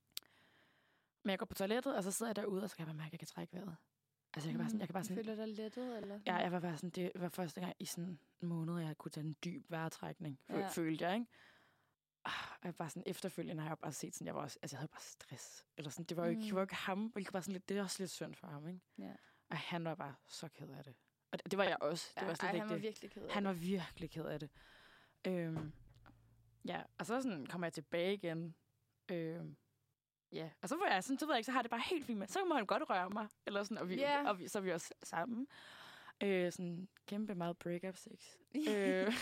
Men jeg går på toilettet, og så sidder jeg derude, og så kan jeg bare mærke, at jeg kan trække vejret. Altså, jeg kan bare sådan, jeg kan bare sådan, Føler dig lettet, eller? ja, jeg var bare sådan, det var første gang i sådan en måned, jeg kunne tage en dyb vejrtrækning, fø- Ja. følte jeg, ikke? Ah, og jeg var sådan, efterfølgende har jeg bare set sådan, jeg var også, altså jeg havde bare stress. Eller sådan, det var jo ikke, Mm. det var jo ikke ham, hvilket var sådan lidt, det er også lidt synd for ham, ikke? Ja. Og han var bare så ked af det. Og det, det var jeg også. Det Ja, var slet ej, ikke han var det. virkelig ked af Han det. var virkelig ked af det. Øhm, ja, og så sådan kommer jeg tilbage igen. Øhm, ja, og så var jeg sådan, så ved jeg ikke, så har jeg det bare helt fint med. Så må han godt røre mig. Eller sådan, og, vi, Ja. og vi, så er vi også sammen. Øh, sådan kæmpe meget break-up sex. øh,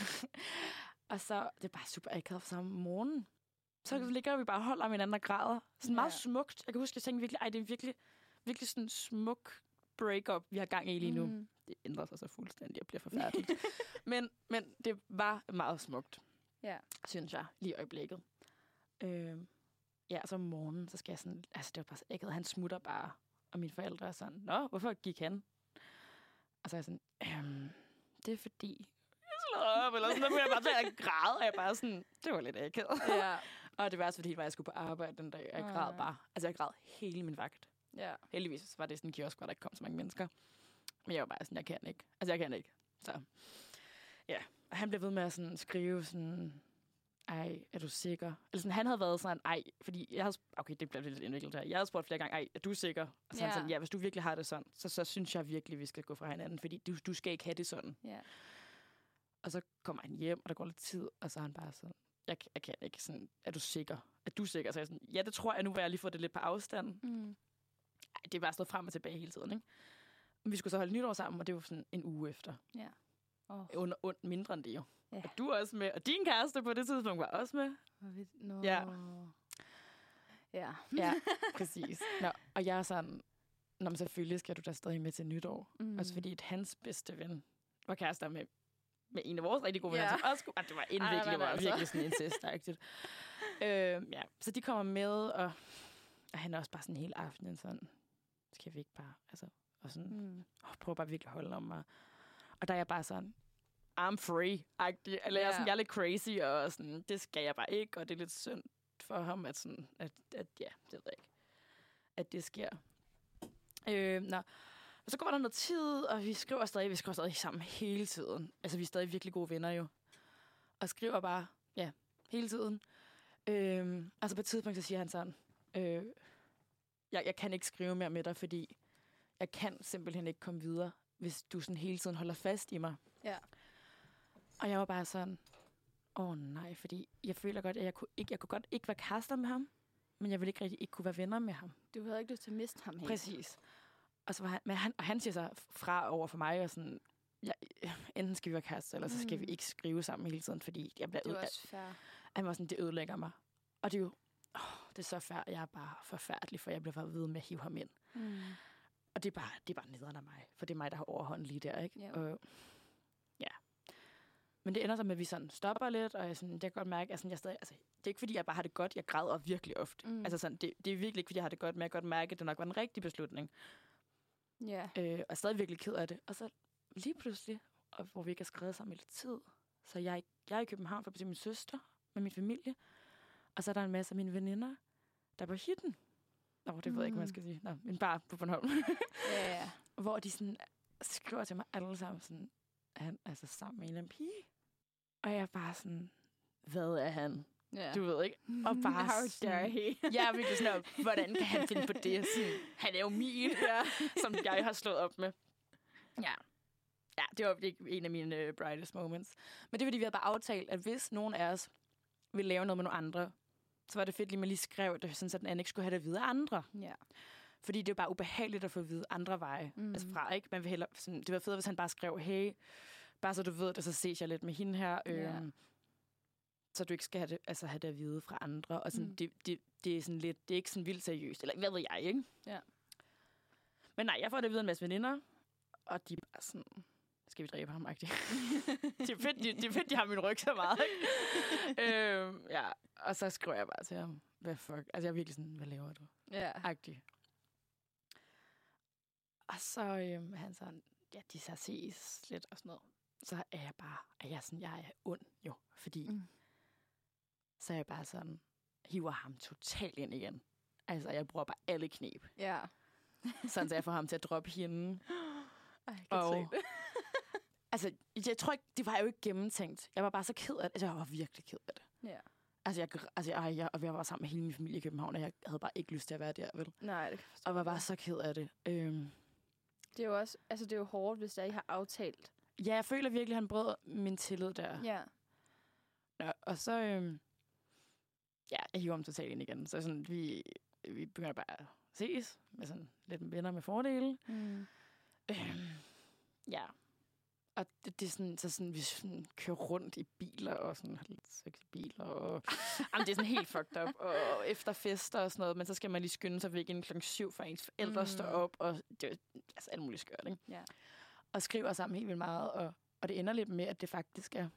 og så, det er bare super akavet for samme morgen. Så Mm. ligger vi bare og holder om hinanden og græder. Sådan meget Ja. smukt. Jeg kan huske, jeg tænkte virkelig, ej, det er virkelig, virkelig sådan en smuk break-up, vi har gang i lige nu. Mm. Det ændrer sig så fuldstændig og bliver forfærdeligt. men, men det var meget smukt, Ja. synes jeg, lige i øjeblikket. Øh, ja, så om morgenen, så skal jeg sådan, altså det var bare så ægget, han smutter bare, og mine forældre er sådan, nå, hvorfor gik han? Og så er jeg sådan, øhm, det er fordi, jeg slår op, eller sådan, der kunne jeg bare tage og græde, og jeg bare sådan, det var lidt ægget. Ja. Og det var også fordi, at jeg skulle på arbejde den dag, og jeg græd bare, altså jeg græd hele min vagt. Ja. Heldigvis var det sådan en kiosk, hvor der ikke kom så mange mennesker. Men jeg var bare sådan, jeg kan ikke. Altså, jeg kan ikke. Så, ja. Og han blev ved med at sådan skrive sådan, ej, er du sikker? Eller sådan, han havde været sådan, ej, fordi jeg havde, okay, det blev lidt indviklet her. Jeg havde spurgt flere gange, ej, er du sikker? Og så ja. Ja. sådan, ja, hvis du virkelig har det sådan, så, så synes jeg virkelig, vi skal gå fra hinanden, fordi du, du skal ikke have det sådan. Ja. Og så kommer han hjem, og der går lidt tid, og så er han bare sådan, jeg, jeg kan ikke sådan, er du sikker? Er du sikker? Så er jeg sådan, ja, det tror jeg nu, hvor jeg lige får det lidt på afstand. Mm. Ej, det er bare stået frem og tilbage hele tiden, ikke? Men vi skulle så holde nytår sammen, og det var sådan en uge efter. Ja. Oh. Under, under mindre end det jo. Ja. Og du er også med, og din kæreste på det tidspunkt var også med. Nå. Ja. Ja. Ja, præcis. Nå, og jeg er sådan, nå, men selvfølgelig skal du da stadig med til nytår. Mm. Mm. Også fordi, at hans bedste ven var kærester med, med en af vores rigtig gode Ja. venner, som også skulle, ah, det var indviklet, Ej, det men var altså. virkelig sådan incest-agtigt. øh, ja, så de kommer med, og, og han er også bare sådan hele aftenen sådan, skal vi ikke bare, altså, og sådan, Mm. åh, prøver bare virkelig at holde om mig. Og der er jeg bare sådan, I'm free-agtig. Eller jeg, er sådan, jeg er lidt crazy, og sådan, det skal jeg bare ikke. Og det er lidt synd for ham, at, sådan, at, at ja, det ved jeg ikke, at det sker. Øh, nå. Og så går der noget tid, og vi skriver stadig, vi skriver stadig sammen hele tiden. Altså, vi er stadig virkelig gode venner jo. Og skriver bare, ja, hele tiden. Øh, altså på et tidspunkt, så siger han sådan, øh, jeg, jeg kan ikke skrive mere med dig, fordi jeg kan simpelthen ikke komme videre, hvis du sådan hele tiden holder fast i mig. Ja. Og jeg var bare sådan, åh oh, nej, fordi jeg føler godt, at jeg kunne, ikke, jeg kunne godt ikke være kærester med ham, men jeg ville ikke rigtig ikke kunne være venner med ham. Du havde ikke lyst til at miste ham helt. Præcis. Og, så var han, men han, og han siger så fra over for mig, og sådan, ja, enten skal vi være kærester, eller så skal Mm. vi ikke skrive sammen hele tiden, fordi jeg bliver Det var øde- også fair. han var sådan, det ødelægger mig. Og det er jo, åh, det er så færd, jeg er bare forfærdelig, for jeg bliver bare ved med at hive ham ind. Mm. Og det er bare, det er bare nederen af mig, for det er mig, der har overhånden lige der, ikke? Ja. Og, ja. Men det ender så med, at vi sådan stopper lidt, og jeg, sådan, det kan godt mærke, at sådan, jeg stadig, altså, det er ikke, fordi jeg bare har det godt, jeg græder virkelig ofte. Mm. Altså sådan, det, det er virkelig ikke, fordi jeg har det godt, men jeg kan godt mærke, at det nok var en rigtig beslutning. Ja. Øh, og jeg er stadig virkelig ked af det. Og så lige pludselig, og hvor vi ikke har skrevet sammen i lidt tid, så jeg, jeg er i København for at besøge min søster med min familie, og så er der en masse af mine veninder, der er på hitten. Nå, det ved jeg ikke, hvad man skal sige. Nå, en bar på Bornholm. Ja, ja. Hvor de sådan skriver til mig alle sammen sådan, at han er altså sammen med en eller anden pige. Og Og jeg er bare sådan, hvad er han? Ja. Du ved ikke? Og bare How dare he? jeg er virkelig sådan, hvordan kan han finde på det? Sådan, han er jo min, ja. som jeg har slået op med. Ja. Ja, det var ikke en af mine uh, brightest moments. Men det er fordi, vi havde bare aftalt, at hvis nogen af os ville lave noget med nogle andre, så var det fedt lige, man lige skrev det, sådan, så den anden ikke skulle have det videre andre. Ja. Fordi det er jo bare ubehageligt at få at vide andre veje. Mm. Altså fra, ikke? Man vil hellere, sådan, det var fedt, hvis han bare skrev, hey, bare så du ved det, så ses jeg lidt med hende her. Øh, ja. Så du ikke skal have det, altså have det at vide fra andre. Og sådan, mm. det, det, det, er sådan lidt, det er ikke sådan vildt seriøst. Eller hvad ved jeg, ikke? Ja. Men nej, jeg får det at vide en masse veninder. Og de er bare sådan, skal vi dræbe ham, agtigt. det, er fedt, de, det er fedt, de har min ryg så meget, ikke? øhm, ja, og så skriver jeg bare til ham, hvad fuck? Altså, jeg er virkelig sådan, hvad laver du? Ja. Agtigt. Og så øhm, han sådan, ja, de så ses lidt og sådan noget. Så er jeg bare, er jeg sådan, jeg er ond, jo. Fordi, mm. så er jeg bare sådan, hiver ham totalt ind igen. Altså, jeg bruger bare alle knep. Ja. Sådan, så jeg får ham til at droppe hende. Ej, jeg kan og, altså, jeg tror ikke, det var jo ikke gennemtænkt. Jeg var bare så ked af det. Altså, jeg var virkelig ked af det. Ja. Altså, jeg, altså jeg, jeg, og jeg var sammen med hele min familie i København, og jeg havde bare ikke lyst til at være der, vel? Nej, det kan og var bare så ked af det. Øhm. Det er jo også, altså det er jo hårdt, hvis der I har aftalt. Ja, jeg føler virkelig, at han brød min tillid der. Ja. Nå, og så, øhm, ja, jeg hiver ham totalt ind igen. Så sådan, vi, vi begynder bare at ses med sådan lidt venner med fordele. Mm. Øhm, ja. Og det, det er sådan, så sådan, vi sådan kører rundt i biler og sådan har lidt sexy biler. Og, jamen, det er sådan helt fucked up. Og efter fester og sådan noget, men så skal man lige skynde sig væk inden klokken syv, for ens forældre mm. står op. Og det er altså alt muligt skørt, ikke? Ja. Og skriver sammen helt vildt meget. Og, og det ender lidt med, at det faktisk er...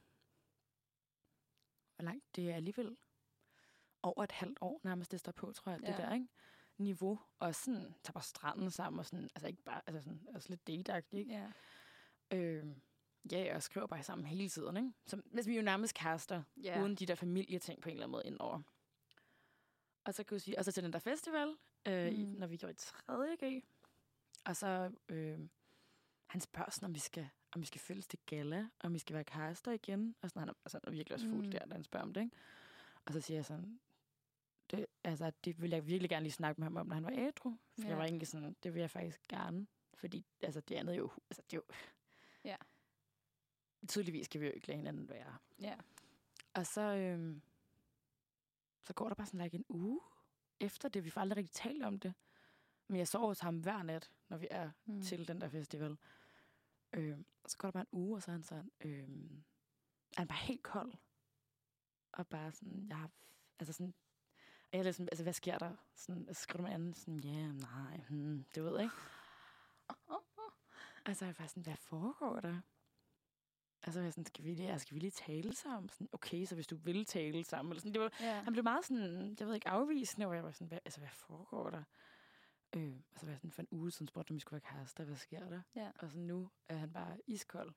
Hvor langt? Det er alligevel over et halvt år nærmest, det står på, tror jeg. Ja. Det der, ikke? Niveau. Og sådan tager på stranden sammen og sådan... Altså ikke bare... Altså sådan... Altså lidt date-agtigt, ikke? Ja. Øh, ja, og skriver bare sammen hele tiden, ikke? Så, altså, vi er jo nærmest kærester, yeah. uden de der familieting på en eller anden måde indover. Og så kan vi sige, og så til den der festival, øh, mm. i, når vi gjorde i tredje G. Og så, øh, han spørger sådan, om vi skal, om vi skal følges til gala, om vi skal være kærester igen. Og sådan, han er, altså, han er virkelig også fuld mm. der, da han spørger om det, ikke? Og så siger jeg sådan, det, altså, det ville jeg virkelig gerne lige snakke med ham om, når han var ædru. For yeah. jeg var egentlig sådan, det vil jeg faktisk gerne. Fordi, altså, det andet jo, altså, det er jo... Ja. Tydeligvis kan vi jo ikke lade hinanden være. Ja. Og så, øhm, så går der bare sådan like en uge efter det. Vi får aldrig rigtig talt om det. Men jeg sover hos ham hver nat, når vi er mm. til den der festival. Øhm, og så går der bare en uge, og så er han sådan, øhm, er han bare helt kold. Og bare sådan, jeg har, altså sådan, og jeg er lidt sådan, altså hvad sker der? Sådan, så skriver man anden sådan, ja, yeah, nej, hmm, det ved jeg ikke. Altså, jeg er faktisk sådan, hvad foregår der? Altså, jeg er sådan, skal vi lige, skal vi lige tale sammen? Sådan, okay, så hvis du vil tale sammen. Eller sådan, det var, yeah. Han blev meget sådan, jeg ved ikke, afvisende, og jeg var sådan, hvad, altså, hvad foregår der? Øh, og så var jeg sådan, for en uge siden spurgte, om vi skulle være kærester, hvad sker der? Yeah. Og så nu er han bare iskold.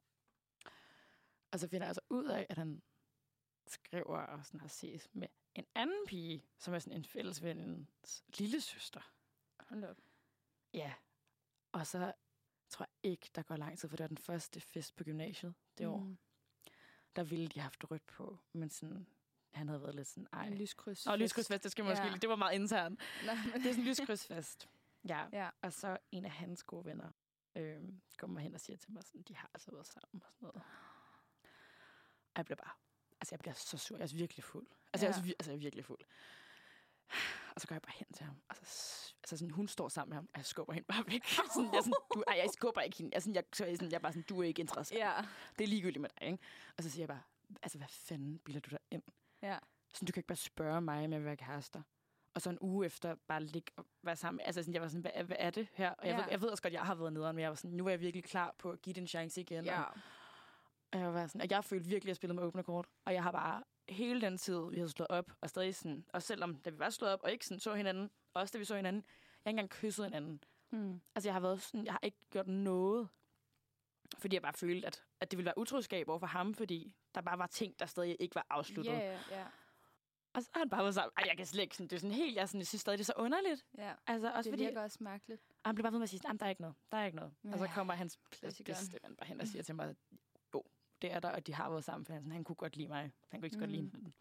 Og så finder jeg altså ud af, at han skriver og sådan har ses med en anden pige, som er sådan en fællesvendens lille søster. Hold op. Ja. Og så tror jeg ikke, der går lang tid, for det var den første fest på gymnasiet det mm. år. Der ville de have haft rødt på, men sådan, han havde været lidt sådan, ej. En lyskrydsfest. Nå, lyskrydsfest, det skal man måske, ja. Det var meget internt. Nej, men... Det er sådan en lyskrydsfest. Ja. ja, og så en af hans gode venner øh, kommer hen og siger til mig sådan, de har altså været sammen og sådan noget. Og jeg bliver bare, altså jeg bliver så sur, jeg er virkelig fuld. Altså, ja. jeg, er, altså jeg er virkelig fuld. Og så går jeg bare hen til ham, og så, altså sådan, hun står sammen med ham, og jeg skubber hende bare væk. Sådan, jeg, sådan, du, ej, jeg skubber ikke hende. Jeg, sådan, jeg, så jeg, sådan, jeg er bare sådan, du er ikke interesseret. Ja. Det er ligegyldigt med dig, ikke? Og så siger jeg bare, altså hvad fanden bilder du dig ind? Ja. Sådan, du kan ikke bare spørge mig, om jeg vil være kærester. Og så en uge efter bare ligge og være sammen. Altså sådan, jeg var sådan, hvad, hvad er det her? Og jeg, ja. ved, jeg ved også godt, jeg har været nederen, men jeg var sådan, nu er jeg virkelig klar på at give det en chance igen. Ja. Og, og jeg var sådan, og jeg følte virkelig, at jeg spillede med åbne kort. Og jeg har bare hele den tid, vi havde slået op, og stadig sådan, og selvom da vi var slået op, og ikke sådan så hinanden, også da vi så hinanden, jeg har ikke engang kysset hinanden. Mm. Altså jeg har været sådan, jeg har ikke gjort noget, fordi jeg bare følte, at, at det ville være utroskab over for ham, fordi der bare var ting, der stadig ikke var afsluttet. Ja, yeah, ja. Yeah. Og så har han bare været sammen. Ej, jeg kan slet ikke sådan, det er sådan helt, jeg, sådan, jeg synes stadig, det er så underligt. Ja, altså, også det fordi, virker også mærkeligt. Og han blev bare ved med at sige, der er ikke noget, der er ikke noget. Ja. Og så kommer hans bedste ven bare hen og siger til mig, jo, det er der, og de har været sammen, for han, sådan, han kunne godt lide mig. Han kunne ikke så godt Mm. lide den.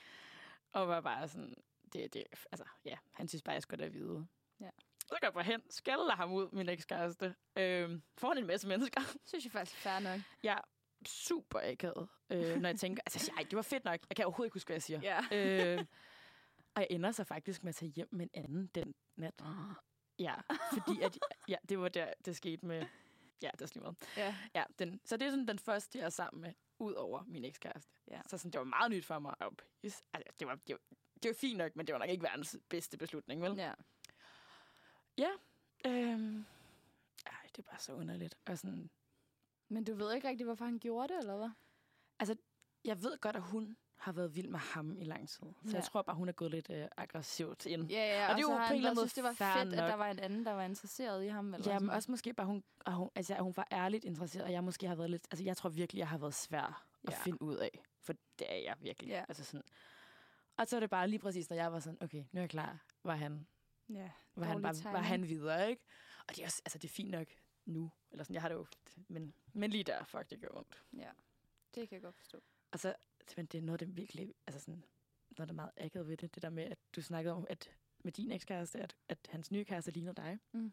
Og var bare sådan, det, det, altså, ja, han synes bare, jeg skulle da vide. Ja. Så går jeg bare hen, skælder ham ud, min ekskæreste. Øhm, foran en masse mennesker. Synes jeg faktisk fair nok. Ja, super akavet, øh, når jeg tænker, altså, ej, det var fedt nok. Jeg kan overhovedet ikke huske, hvad jeg siger. Ja. øh, og jeg ender så faktisk med at tage hjem med en anden den nat. Ja, fordi at, ja, det var der, det skete med, ja, det er lige meget. Ja. Ja, den, så det er sådan den første, jeg er sammen med, ud over min ekskæreste. Ja. Så sådan, det var meget nyt for mig. Og pis, altså, det, var, det, var, det var fint nok, men det var nok ikke verdens bedste beslutning, vel? Ja. Ja. Øhm, ej, det er bare så underligt. Og sådan, Men du ved ikke rigtig, hvorfor han gjorde det, eller hvad? altså, jeg ved godt, at hun har været vild med ham i lang tid. Så Ja. jeg tror bare, hun er gået lidt øh, aggressivt ind. Ja, ja, Og og, det er så jo har på han en eller anden bare synes, det var måde fair fedt, at nok. der var en anden, der var interesseret i ham. Eller Ja, men sådan. også måske bare, hun, at hun, altså, at hun var ærligt interesseret, og jeg måske har været lidt... Altså, jeg tror virkelig, jeg har været svær at Ja. finde ud af. For det er jeg virkelig. Ja. Altså sådan. Og så er det bare lige præcis, når jeg var sådan, okay, nu er jeg klar, var han, Ja, var han, dårlig bare, timing. var han videre, ikke? Og det er, også, altså, det er fint nok nu. Eller sådan, jeg har det jo... Men, men lige der, fuck, det gør ondt. Ja, det kan jeg godt forstå. Og så, men det er noget, det virkelig... Altså sådan, noget, der er meget akavet ved det. Det der med, at du snakkede om, at med din ekskæreste, at, at hans nye kæreste ligner dig. Mm.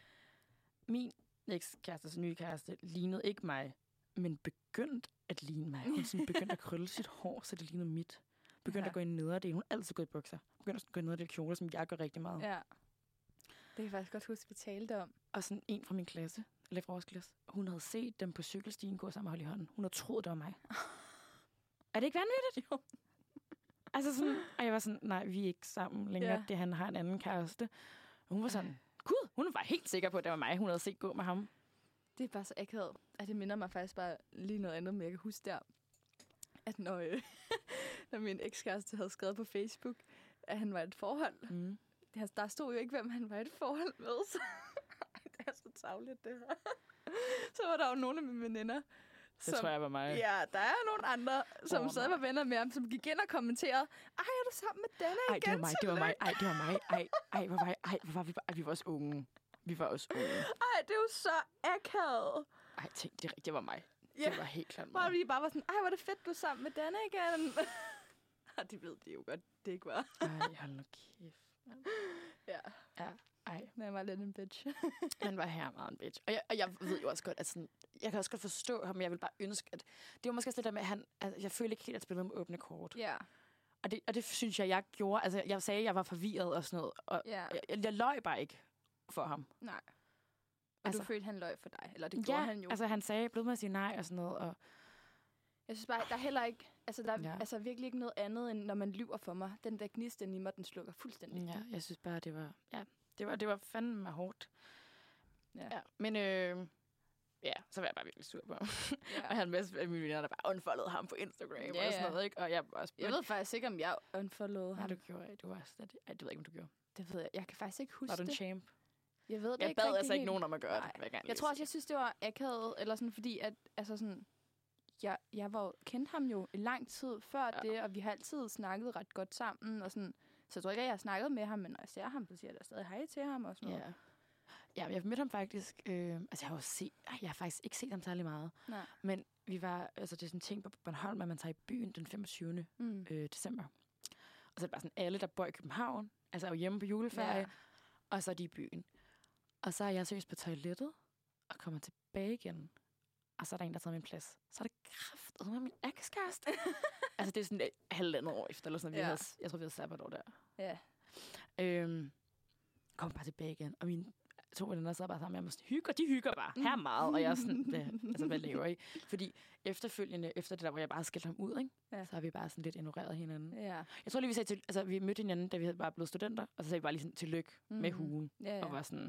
Min ekskærestes nye kæreste lignede ikke mig, men begyndte at ligne mig. Hun sådan begyndte at krølle sit hår, så det lignede mit. Begyndte Ja. at gå i nederdel. Hun har altid gået i bukser. Begyndte at gå i nederdel kjoler, som jeg gør rigtig meget. Ja. Ja. Det kan jeg faktisk godt huske, vi talte om. Og sådan en fra min klasse, eller fra vores klasse, hun havde set dem på cykelstien gå sammen og holde i hånden. Hun havde troet, det var mig. Er det ikke vanvittigt? Jo. Altså sådan, og jeg var sådan, nej, vi er ikke sammen længere. Ja. Det han har en anden kæreste. Og hun var sådan, gud, hun var helt sikker på, at det var mig, hun havde set gå med ham. Det er bare så akavet. At det minder mig faktisk bare lige noget andet, men jeg kan huske der, at når, øh, når min ekskæreste havde skrevet på Facebook, at han var i et forhold. Mm. Det, der stod jo ikke, hvem han var i et forhold med. Så det er så tavligt, det her. Så var der jo nogle af mine veninder, Det som, tror jeg var mig. ja, der er nogle andre, som Åh, oh, stadig var venner med ham, som gik ind og kommenterede, ej, er du sammen med denne Ej, igen? det var mig, det var mig, Tillykke." ej, det var mig, ej, ej, hvor var jeg, ej, hvor var vi, ej, vi var også unge. Vi var også unge. Ej, det er jo så akavet. Ej, tænk, det, det var mig. Ja. Det var helt klart Hvor mig. vi bare var sådan, ej, hvor er det fedt, du er sammen med denne igen. Og de ved det jo godt, det ikke var. Ej, hold nu kæft. Ja, Ja, ej. men jeg var lidt en bitch. Han var her meget en bitch. Og jeg, og jeg ved jo også godt, at sådan, jeg kan også godt forstå ham, men jeg vil bare ønske, at det var måske også det der med, at han, altså, jeg følte ikke helt, at spille med åbne kort. Ja. Og det, og det synes jeg, jeg gjorde. Altså, jeg sagde, at jeg var forvirret og sådan noget. Og Ja. jeg, jeg, jeg løj bare ikke for ham. Nej. Og Altså- du følte, han løg for dig. Eller det gjorde Ja, han jo. altså han sagde, blev med at sige nej og sådan noget. Og Jeg synes bare, der er heller ikke, altså der er Ja. ja. altså virkelig ikke noget andet, end når man lyver for mig. Den der gnist den i mig, den slukker fuldstændig. ja, jeg synes bare, det var, ja, det var, det var fandme hårdt. Ja. Ja, men øh, ja, så var jeg bare virkelig sur på ham. Ja. Og han med af mine venner, der bare unfollowede ham på Instagram Ja, og sådan ja. noget, ikke? Og jeg var også... Jeg ved faktisk ikke, om jeg unfollowede Nej, ham. du gjorde ikke. Du var slet... Ej, det ved jeg ikke, om du gjorde. Det ved jeg. Jeg kan faktisk ikke huske Var du en det. champ? Jeg ved det Jeg ikke bad rigtig altså ikke helt. nogen om at gøre Nej. det. Hver gang Jeg tror også, jeg synes, det var akavet, eller sådan, fordi at, altså sådan, jeg, jeg var jo, kendte ham jo i lang tid før Ja. ja. det, og vi har altid snakket ret godt sammen, og sådan, så jeg tror ikke, at jeg har snakket med ham, men når jeg ser ham, så siger jeg da stadig hej til ham og sådan noget. Ja. Ja, jeg mødte ham faktisk... Øh, altså, jeg har jo set... Ej, jeg har faktisk ikke set ham særlig meget. Nej. Men vi var... Altså, det er sådan en ting på Bornholm, at man tager i byen den femogtyvende Mm. Øh, december. Og så er det bare sådan alle, der bor i København. Altså, er jo hjemme på juleferie. Ja. Og så er de i byen. Og så er jeg seriøst på toilettet, og kommer tilbage igen. Og så er der en, der har taget min plads. Så er det kraftet med min ekskæreste. Altså, det er sådan et halvandet år efter, eller sådan noget. Vi Ja. havde, jeg tror, vi havde sabbatår der. Ja. Øhm, kom bare tilbage igen. Og mine to veninder sad bare sammen med mig. Sådan, hygger, de hygger bare. Her meget. Og jeg er sådan, hvad, altså, hvad laver I? Fordi efterfølgende, efter det der, hvor jeg bare skældte ham ud, ikke? Ja. Så har vi bare sådan lidt ignoreret hinanden. Ja. Jeg tror lige, vi sagde til, altså, vi mødte hinanden, da vi havde bare blevet studenter. Og så sagde vi bare lige sådan, tillykke mm. med Mhm. hugen. Ja, ja. Og var sådan...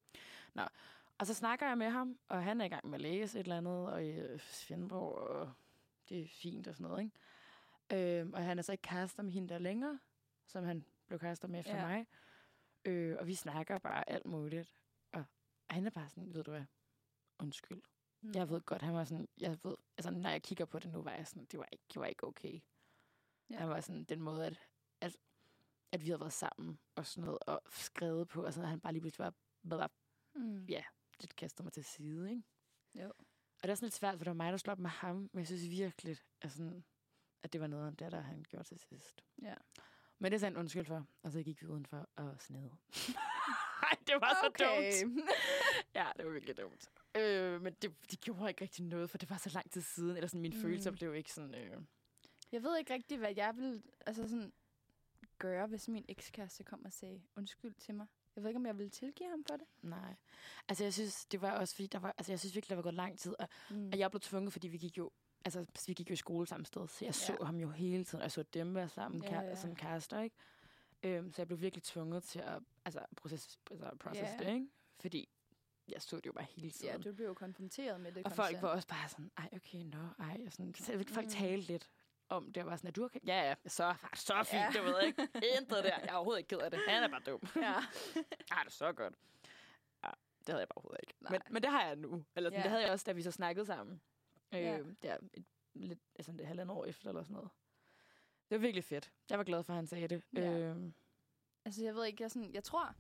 Nå. Og så snakker jeg med ham, og han er i gang med at læse et eller andet, og i øh, Svendborg, og det er fint og sådan noget, ikke? Øhm, og han er så ikke kærester med hende der længere, som han blev kærester med efter Ja. mig. Øh, og vi snakker bare alt muligt. Og han er bare sådan, ved du hvad, undskyld. Mm. Jeg ved godt, han var sådan, jeg ved, altså når jeg kigger på det nu, var jeg sådan, det var ikke, det var ikke okay. Ja. Han var sådan, den måde, at, at, at vi havde været sammen, og sådan noget, og skrevet på, og sådan, at han bare lige pludselig var, var Mm. ja, det kaster mig til side, ikke? Jo. Og det er sådan lidt svært, for det var mig, der slog op med ham. Men jeg synes virkelig, at, sådan, at det var noget af det, der han gjorde til sidst. Ja. Men det er sådan undskyld for. Og så gik vi udenfor og snede. Nej, det var så okay. dumt. Ja, det var virkelig dumt. Øh, men det, det gjorde ikke rigtig noget, for det var så lang tid siden. Eller sådan, min mm. følelse blev ikke sådan... Øh... Jeg ved ikke rigtig, hvad jeg vil altså sådan, gøre, hvis min ekskæreste kom og sagde undskyld til mig. Jeg ved ikke, om jeg ville tilgive ham for det. Nej. Altså, jeg synes, det var også fordi, der var... Altså, jeg synes virkelig, der var gået lang tid. Og, mm. og jeg blev tvunget, fordi vi gik jo... Altså, vi gik jo i skole samme sted, så jeg ja. så ham jo hele tiden. Og jeg så dem være sammen ja, ja. som kærester, ikke? Øhm, så jeg blev virkelig tvunget til at altså, process, altså, process yeah. det, ikke? Fordi jeg så det jo bare hele tiden. Ja, du blev jo konfronteret med det. Og konstant. folk var også bare sådan, ej, okay, nå, ej. Og sådan, så folk mm. talte lidt om det, og var sådan, er du okay? Ja, ja, så, så fint, ja. Du ved ikke. Intet der. Jeg er overhovedet ikke ked af det. Han er bare dum. Ja. Ej, det er så godt. Ja, det havde jeg bare overhovedet ikke. Men, men det har jeg nu. Eller sådan, ja. Det havde jeg også, da vi så snakkede sammen. Ja. Øh, der et, lidt, altså et halvandet år efter, eller sådan noget. Det var virkelig fedt. Jeg var glad for, at han sagde det. Ja. Øh, Altså, jeg ved ikke, jeg, sådan, jeg tror,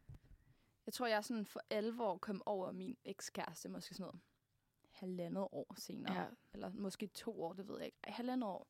jeg tror, jeg sådan for alvor kom over min ekskæreste, måske sådan noget halvandet år senere. Ja. Eller måske to år, det ved jeg ikke. Ej, halvandet år.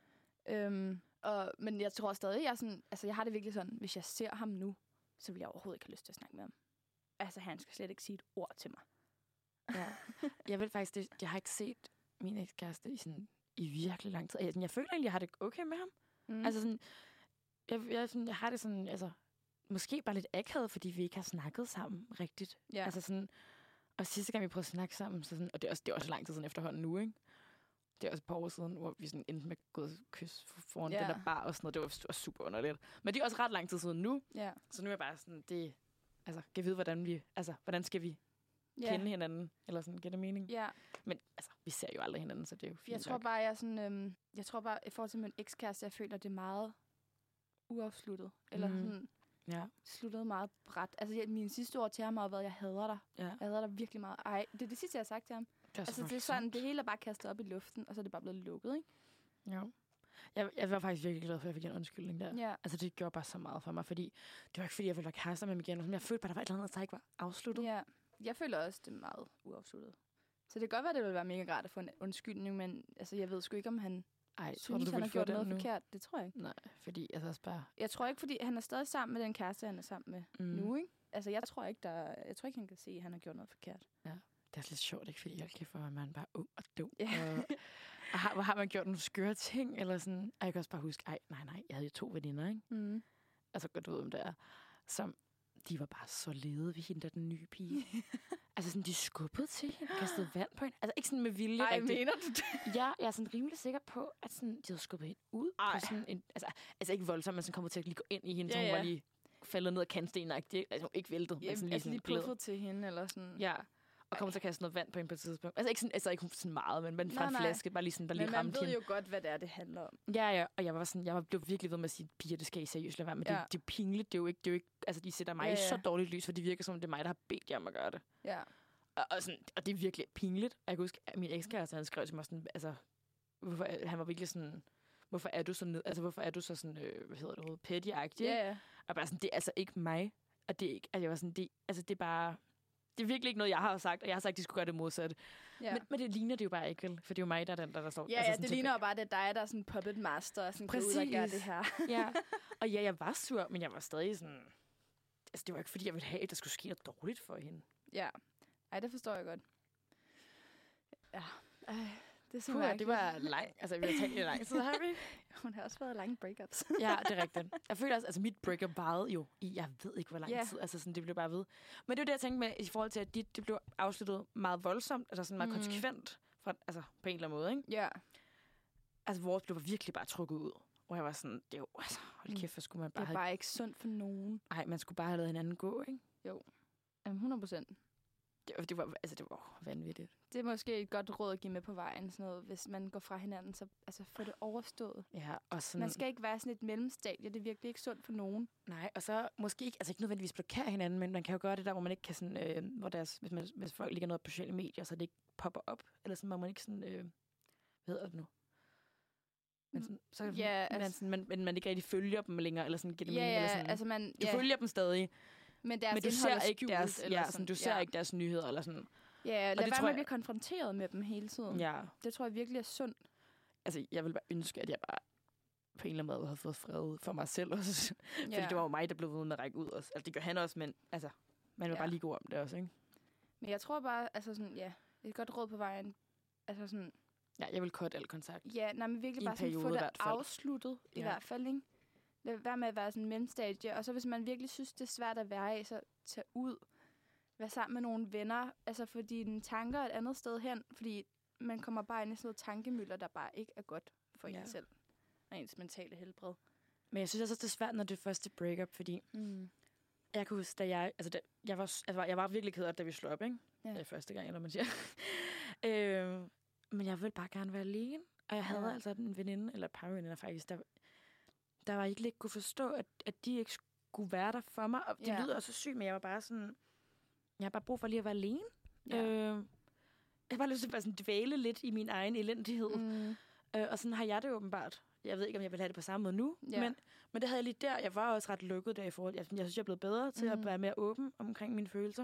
Øhm, og, men jeg tror stadig, jeg, sådan, altså, jeg har det virkelig sådan, hvis jeg ser ham nu, så vil jeg overhovedet ikke have lyst til at snakke med ham. Altså, han skal slet ikke sige et ord til mig. Ja. Jeg vil faktisk, det, jeg har ikke set min ekskæreste i, sådan, i virkelig lang tid. Jeg, jeg føler egentlig, jeg har det okay med ham. Mm. Altså sådan... Jeg, jeg, sådan, jeg har det sådan, altså, måske bare lidt akavet, fordi vi ikke har snakket sammen rigtigt. Ja. Altså sådan, og sidste gang vi prøvede at snakke sammen, så sådan, og det er, også, det er også lang tid siden efterhånden nu, ikke? Det er også et par år siden, hvor vi sådan endte med at gå og kysse foran ja. den der bar og sådan noget. Det var, det var super underligt. Men det er også ret lang tid siden nu. Ja. Så nu er jeg bare sådan, det, altså, kan vide, hvordan vi, altså, hvordan skal vi ja. kende hinanden? Eller sådan, giver det mening? Ja. Men altså, vi ser jo aldrig hinanden, så det er jo fint. Jeg tror bare, jeg sådan, øhm, jeg tror bare, i forhold til min ekskæreste, jeg føler, det er meget uafsluttet. Eller mm. sådan ja. sluttet meget bræt. Altså, jeg, mine sidste ord til ham har været, jeg hader dig. Ja. Jeg hader dig virkelig meget. Ej, det er det sidste, jeg har sagt til ham. Det er altså, det er sådan, det hele er bare kastet op i luften, og så er det bare blevet lukket, ikke? Ja. Jeg, jeg var faktisk virkelig glad for, at jeg fik en undskyldning der. Ja. Altså, det gjorde bare så meget for mig, fordi det var ikke, fordi jeg ville være kærester med ham igen. Men jeg følte bare, der var et eller andet, der ikke var afsluttet. Ja. Jeg føler også, det er meget uafsluttet. Så det kan godt være, det ville være mega rart at få en undskyldning, men altså, jeg ved sgu ikke, om han Ej, synes, tror du, du han har gjort noget nu? forkert. Det tror jeg ikke. Nej, fordi altså også bare... Jeg tror ikke, fordi han er stadig sammen med den kæreste, han er sammen med mm. nu, ikke? Altså, jeg tror ikke, der, jeg tror ikke, han kan se, at han har gjort noget forkert. Ja, det er lidt sjovt, ikke? Fordi jeg kan for, at man bare ung og dum. Ja. Og, og har, har man gjort nogle skøre ting, eller sådan... Og jeg kan også bare huske, ej, nej, nej, jeg havde jo to veninder, ikke? Mm. Altså, godt ud om det er, som... De var bare så lede ved hende, der den nye pige. Altså sådan, de skubbede til hende, kastede vand på hende. Altså ikke sådan med vilje. Ej, mener du det? Ja, jeg er sådan rimelig sikker på, at sådan, de havde skubbet hende ud. På sådan en, altså, altså ikke voldsomt, men sådan kommet til at lige gå ind i hende, ja, så hun ja. var lige faldet ned af kantstenagtigt. Altså ikke væltet, ja, men sådan lige, altså sådan lige puffet til hende, eller sådan. Ja, og kommer til at kaste noget vand på hende på et tidspunkt. Altså ikke sådan, altså ikke sådan meget, men, men fra en flaske, bare lige sådan, bare lige ramte hende. Men man ved jo godt, hvad det er, det handler om. Ja, ja, og jeg var sådan, jeg var, blev virkelig ved med at sige, piger, det skal I seriøst lade være med. Ja. Det, det er pinligt, det er jo ikke, det er jo ikke, altså de sætter mig ja, ja. i så dårligt lys, for det virker som, det er mig, der har bedt jer om at gøre det. Ja. Og, og, sådan, og det er virkelig pinligt. Jeg kan huske, at min ekskæreste, han skrev til mig sådan, altså, hvorfor, han var virkelig sådan, hvorfor er du så ned, altså hvorfor er du så sådan, øh, hvad hedder det, petty-agtig? Ja, ja. Og bare sådan, det er altså ikke mig, og det er ikke, altså jeg var sådan, det, altså det er bare, det er virkelig ikke noget, jeg har sagt, og jeg har sagt, at de skulle gøre det modsatte. Ja. Men, men det ligner det jo bare ikke, vel? For det er jo mig, der er den, der, der står... Ja, altså, ja, det ligner jo bare, det er dig, der er sådan puppet master, og sådan går ud og gør det her. Ja, og ja, jeg var sur, men jeg var stadig sådan... Altså, det var ikke, fordi jeg ville have, at der skulle ske noget dårligt for hende. Ja, ej, det forstår jeg godt. Ja, ej, det er så Puh, det var lang, altså vi har talt lidt lang tid, har vi? Hun har også været lange breakups. Ja, det er rigtigt. Jeg føler også, altså mit breakup varede jo i, jeg ved ikke, hvor lang yeah. tid, altså sådan, det blev bare ved. Men det var det, jeg tænkte med, i forhold til, at dit, det blev afsluttet meget voldsomt, altså sådan meget mm. konsekvent, fra, altså på en eller anden måde, ikke? Ja. Yeah. Altså vores blev virkelig bare trukket ud, og jeg var sådan, det er jo, altså, hold kæft, for skulle man bare have... Det er bare ikke sundt for nogen. Nej, man skulle bare have lavet hinanden gå, ikke? Jo, jamen hundrede procent. Det, det var, altså det var vanvittigt. Det er måske et godt råd at give med på vejen, sådan noget. Hvis man går fra hinanden, så altså, få det overstået. Ja, og sådan... Man skal ikke være sådan et mellemstadie, det er virkelig ikke sundt for nogen. Nej, og så måske ikke, altså ikke nødvendigvis blokere hinanden, men man kan jo gøre det der, hvor man ikke kan sådan, øh, hvor deres, hvis, man, hvis folk ligger noget på sociale medier, så det ikke popper op, eller sådan, hvor man ikke sådan, øh, hvad hedder det nu? Men sådan, så ja, man, altså, sådan, man, men man ikke rigtig følger dem længere, eller sådan, giver det ja, mening, ja, eller sådan. Altså man, du ja. følger dem stadig, men, deres men du ser ikke skjult, deres, eller ja, sådan, sådan, du ser ja. ikke deres nyheder, eller sådan. Ja, lad det være tror med jeg- at blive konfronteret med dem hele tiden. Ja. Det tror jeg virkelig er sundt. Altså, jeg vil bare ønske, at jeg bare på en eller anden måde havde fået fred for mig selv også. Fordi Ja. det var jo mig, der blev ved med at række ud også. Altså, det gør han også, men altså, man vil Ja. bare lige gå om det også, ikke? Men jeg tror bare, altså sådan, ja, et godt råd på vejen. Altså sådan, Ja, jeg vil cutte al kontakt. ja, nej, men virkelig I en bare sådan få periode i det hvert fald. afsluttet, i Ja. hvert fald, ikke? Lad være med at være sådan en mellemstadie. Og så hvis man virkelig synes, det er svært at være i, så tag ud. Vær sammen med nogle venner. Altså, fordi dine tanker er et andet sted hen. Fordi man kommer bare ind i sådan noget tankemøller, der bare ikke er godt for Ja. en selv. Og ens mentale helbred. Men jeg synes også, det er svært, når det er første breakup, fordi Mm. jeg kan huske, da jeg... Altså, da, jeg, var, altså, jeg var virkelig ked af det, da vi slog op, ikke? Ja. Det er første gang, eller man siger. øh, men jeg ville bare gerne være alene. Og jeg havde Ja. altså en veninde, eller et par veninder faktisk, der, der var ikke lidt kunne forstå, at, at de ikke skulle være der for mig. Og det Ja. lyder også sygt, men jeg var bare sådan... Jeg har bare brug for lige at være alene. Ja. Øh, jeg har bare lyst til at bare sådan dvæle lidt i min egen elendighed. Mm. Øh, og sådan har jeg det åbenbart. Jeg ved ikke, om jeg vil have det på samme måde nu, Ja. men, men det havde jeg lige der. Jeg var også ret lukket der i forhold. Jeg, jeg synes, jeg er blevet bedre til mm. Mhm. at være mere åben omkring mine følelser.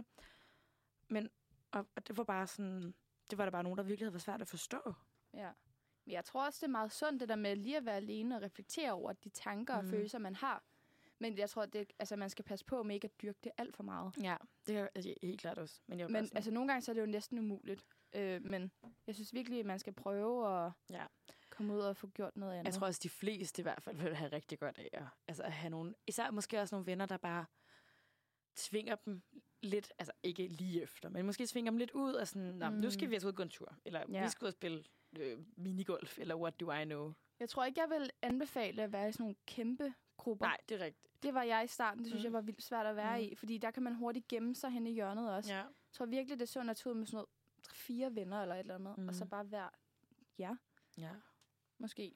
Men og, og det var bare sådan... Det var der bare nogen, der virkelig havde været svært at forstå. Ja. Men jeg tror også, det er meget sundt, det der med lige at være alene og reflektere over de tanker og Mm. følelser, man har. Men jeg tror, det, altså, man skal passe på med ikke at dyrke det alt for meget. Ja, det er altså, helt klart også. Men, jeg var Men bare sådan, altså, nogle gange så er det jo næsten umuligt. Øh, men jeg synes virkelig, at man skal prøve at Ja. komme ud og få gjort noget andet. jeg tror også, de fleste i hvert fald vil have rigtig godt af at, altså, at have nogle... Især måske også nogle venner, der bare tvinger dem lidt, altså ikke lige efter, men måske tvinger dem lidt ud og sådan, Nå, mm. nu skal vi altså ud og gå en tur, eller Ja. ja. vi skal ud og spille øh, minigolf, eller what do I know. Jeg tror ikke, jeg vil anbefale at være i sådan nogle kæmpe grupper. Nej, det er rigtigt. Det var jeg i starten. Det synes Mm. jeg var vildt svært at være Mm. i. Fordi der kan man hurtigt gemme sig hen i hjørnet også. Ja. Jeg tror virkelig, det er sundt at tage ud med sådan noget fire venner eller et eller andet. Mm. Og så bare være ja, Ja. måske.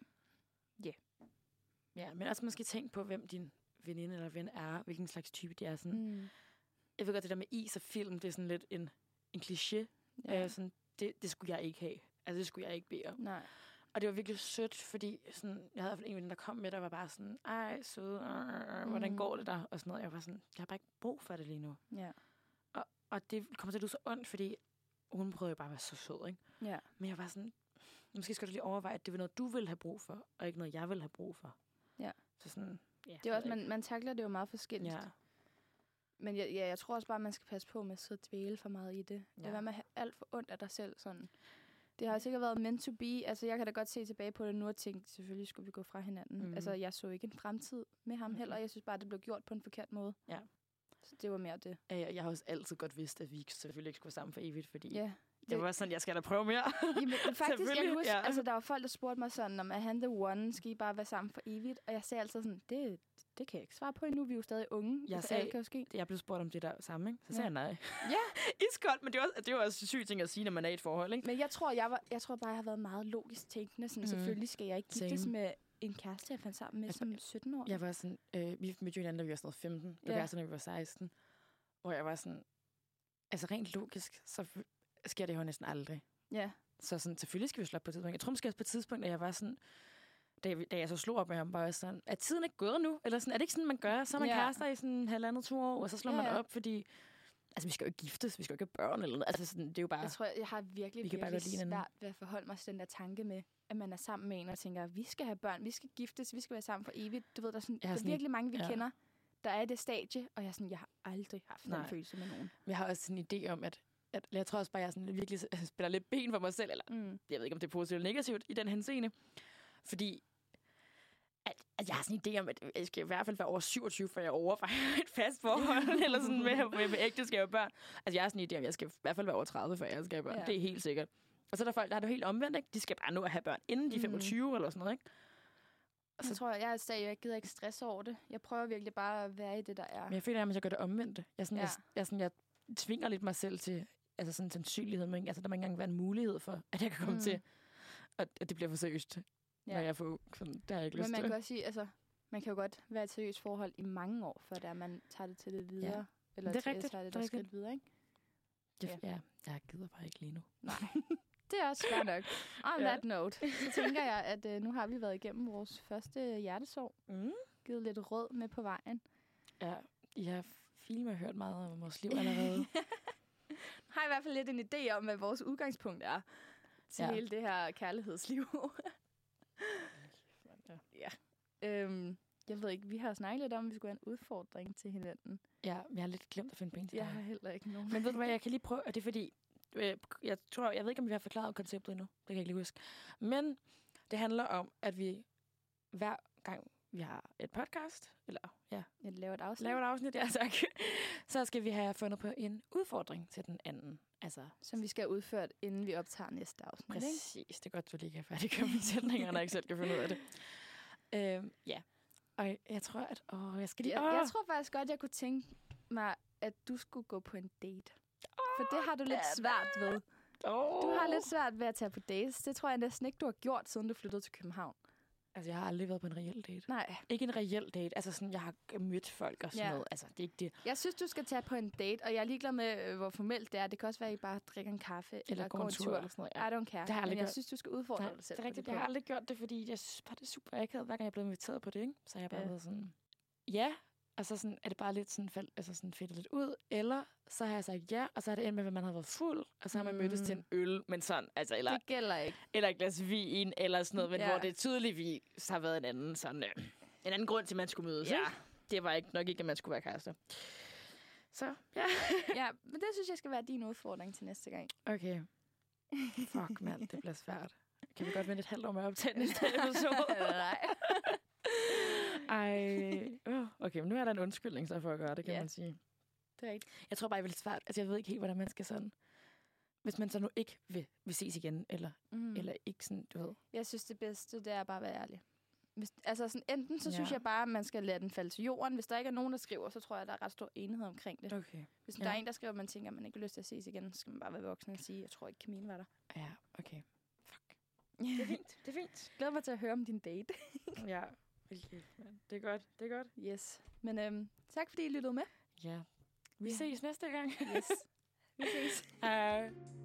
Ja, men også måske tænk på, hvem din veninde eller ven er, hvilken slags type de er. Sådan. Mm. Mm. Jeg ved godt, det der med is og film, det er sådan lidt en, en kliché. Ja. Ja. Øh, sådan, det, det skulle jeg ikke have. Altså, det skulle jeg ikke bede om. Nej. Og det var virkelig sødt, fordi sådan, jeg havde i hvert fald en veninde, der kom med, der var bare sådan, ej, søde, øh, øh, hvordan Mm. går det der? Og sådan noget. Jeg var sådan, jeg har bare ikke brug for det lige nu. Ja. Og det kommer til at lyde så ondt, fordi hun prøvede jo bare at være så sød, ikke? Ja. Men jeg var sådan, måske skal du lige overveje, at det var noget, du vil have brug for, og ikke noget, jeg vil have brug for. Ja. Så sådan, ja. Det er også, man, man takler det jo meget forskelligt. Ja. Men jeg, ja, jeg tror også bare, at man skal passe på med at sidde og dvæle for meget i det. Ja. Ja. Det var med at have alt for ondt af dig selv. Sådan. Det har sikkert været meant to be. Altså, jeg kan da godt se tilbage på det nu og tænke, selvfølgelig skulle vi gå fra hinanden. Mhm. Mm. Altså, jeg så ikke en fremtid med ham Mhm. heller. Jeg synes bare, det blev gjort på en forkert måde. Ja. Så det var mere det. Jeg, jeg har også altid godt vidst, at vi selvfølgelig ikke skulle være sammen for evigt, fordi Ja. det var sådan, jeg skal da prøve mere. Jamen, faktisk, jeg kan Selvfølgelig, huske, ja. altså, der var folk, der spurgte mig sådan, om er han the one, skal I bare være sammen for evigt? Og jeg sagde altid sådan, det, det kan jeg ikke svare på endnu, vi er jo stadig unge. Jeg altså, sagde- alt kan jo ske. Jeg blev spurgt om det der samme, ikke? Så sagde Ja. jeg nej. Ja. Iskoldt, men det er også, det er jo også sygt ting at sige, når man er i et forhold, ikke? Men jeg tror, jeg, var, jeg tror bare, jeg har været meget logisk tænkende. Sådan, Mhm. selvfølgelig skal jeg ikke giftes Same. med en kæreste, jeg fandt sammen med Altså, som sytten år. Jeg var sådan, øh, vi mødte jo hinanden, da vi var sådan noget femten. Det Ja. var sådan, når vi var seksten. Hvor jeg var sådan, altså rent logisk, så f- sker det jo næsten aldrig. Ja. Så sådan, selvfølgelig skal vi slå op på et tidspunkt. Jeg tror måske også på et tidspunkt, at jeg var sådan, da jeg, da jeg så slog op med ham, var jeg sådan, er tiden ikke gået nu? Eller sådan, er det ikke sådan, man gør? Så er man Ja. kærester i sådan halvandet, to år, og så slår Ja, man ja. op, fordi, altså vi skal jo ikke giftes, vi skal jo ikke have børn eller noget. Altså sådan, det er jo bare, Jeg tror, jeg har virkelig, Vi kan bare virkelig godt lide hinanden. svært ved at forholde mig til den der tanke med, at man er sammen med en og tænker, vi skal have børn, vi skal giftes, vi skal være sammen for evigt. Du ved, der er, sådan, Jeg der har er sådan- virkelig mange, vi ja. kender, der er i det stadie, og jeg er sådan, jeg har aldrig haft den Nej. følelse med nogen. jeg har også sådan en idé om, at, at jeg tror også bare, jeg sådan virkelig spiller lidt ben for mig selv, eller Mm. jeg ved ikke, om det er positivt eller negativt i den henseende. Fordi at, at jeg har sådan en idé om, at jeg skal i hvert fald være over syvogtyve, for jeg overvejer et fast forhold, eller sådan med, med, med ægteskab og børn. Altså jeg har sådan en idé om, at jeg skal i hvert fald være over tredive, for jeg skal have børn. Ja. Ja. Det er helt sikkert. Og så er der folk, der er det helt omvendt, ikke? De skal bare nå at have børn, inden de er Mm. femogtyve eller sådan noget, ikke? Og så tror jeg, jeg er et stadie, jeg gider ikke stress over det. Jeg prøver virkelig bare at være i det, der er. Men jeg føler, at jeg gør det omvendt. Jeg, er sådan, Ja. jeg, jeg, sådan, jeg tvinger lidt mig selv til altså sådan en sandsynlighed, men altså, der må ikke engang være en mulighed for, at jeg kan komme Mm. mm. til, at, at det bliver for seriøst, Ja. når jeg får sådan, det har jeg ikke Men lyst man til. kan også sige, altså, man kan jo godt være i et seriøst forhold i mange år, før der man tager det til det videre. Ja. Eller Det er til- rigtigt, tager det det er der skridt rigtigt. videre, ikke? Jeg, ja, jeg gider bare ikke lige nu. Det er også fair nok. On Ja. that note, så tænker jeg, at øh, nu har vi været igennem vores første hjertesorg. Mm. Givet lidt råd med på vejen. Ja, I har filmet og hørt meget om vores liv allerede. har i hvert fald lidt en idé om, hvad vores udgangspunkt er til Ja. hele det her kærlighedsliv. ja. Øhm, jeg ved ikke, vi har snakket lidt om, at vi skulle have en udfordring til hinanden. Ja, jeg har lidt glemt at finde på en til Jeg dig. har heller ikke nogen. Men ved du hvad, jeg kan lige prøve, og det er fordi, øh, jeg tror, jeg ved ikke, om vi har forklaret konceptet endnu. Det kan jeg ikke lige huske. Men det handler om, at vi hver gang vi har et podcast, eller ja, Jeg laver et afsnit, laver et afsnit, ja tak, så skal vi have fundet på en udfordring til den anden. Altså, som vi skal have udført, inden vi optager næste afsnit. Ikke? præcis. Det er godt, du lige kan færdiggøre mine sætninger, når jeg ikke selv kan finde ud af det. Øhm, ja. Og jeg tror, at... Åh, jeg skal lige... Jeg, Åh, jeg tror faktisk godt, jeg kunne tænke mig, at du skulle gå på en date. For det har du lidt svært ved. åh. Du har lidt svært ved at tage på dates. Det tror jeg næsten ikke, du har gjort, siden du flyttede til København. Altså, jeg har aldrig været på en reel date. Nej. Ikke en reel date. Altså, sådan, jeg har mødt folk og sådan Ja. noget. Altså, det er ikke det. Jeg synes, du skal tage på en date, og jeg er ligeglad med, øh, hvor formelt det er. Det kan også være, at I bare drikker en kaffe eller, Eller går en tur. eller sådan noget. I don't care. Det har jeg aldrig Men jeg gjort. synes, du skal udfordre Nej, dig selv. det er på rigtigt. det Jeg har punkt. aldrig gjort det, fordi jeg synes bare, det er super akavet. Hver gang jeg er blevet inviteret på det, ikke? Så har jeg bare Ja. været sådan... Ja, og så sådan, er det bare lidt sådan, fald, altså sådan fedt lidt ud. Eller så har jeg sagt ja, og så er det endt med, at man har været fuld, og så har man Mm. mødtes til en øl, men sådan, altså, eller, Det gælder ikke. eller et glas vin, eller sådan noget, men Ja. hvor det tydeligvis har været en anden, sådan, øh, en anden grund til, at man skulle mødes. Ja. Ikke? Det var ikke, nok ikke, at man skulle være kærester. Så, ja. Ja, men det synes jeg skal være din udfordring til næste gang. Okay. Fuck, mand, det bliver svært. Kan vi godt vente et halvt år med at optage næste episode? Nej. Ej. Uh, okay, men nu er der en undskyldning så for at gøre det, kan Ja. man sige. Det er rigtigt. Jeg tror bare, det er lidt svært. Altså, jeg ved ikke helt, hvordan man skal sådan... Hvis man så nu ikke vil, vil ses igen, eller, Mm. mm. eller ikke sådan, du ved... Jeg synes, det bedste, det er bare at være ærlig. Hvis, altså sådan, enten så Ja. synes jeg bare, at man skal lade den falde til jorden. Hvis der ikke er nogen, der skriver, så tror jeg, der er ret stor enighed omkring det. Okay. Hvis Ja. der er en, der skriver, at man tænker, at man ikke har lyst til at ses igen, så skal man bare være voksen og sige, jeg tror ikke, Camille var der. Ja, okay. Fuck. Det er fint, det er fint. Glæder mig til at høre om din date. Ja, okay, man. Det er godt, det er godt. Yes. Men øhm, tak, fordi I lyttede med. Ja. Vi Ja. ses næste gang. Yes. Vi ses. Hej.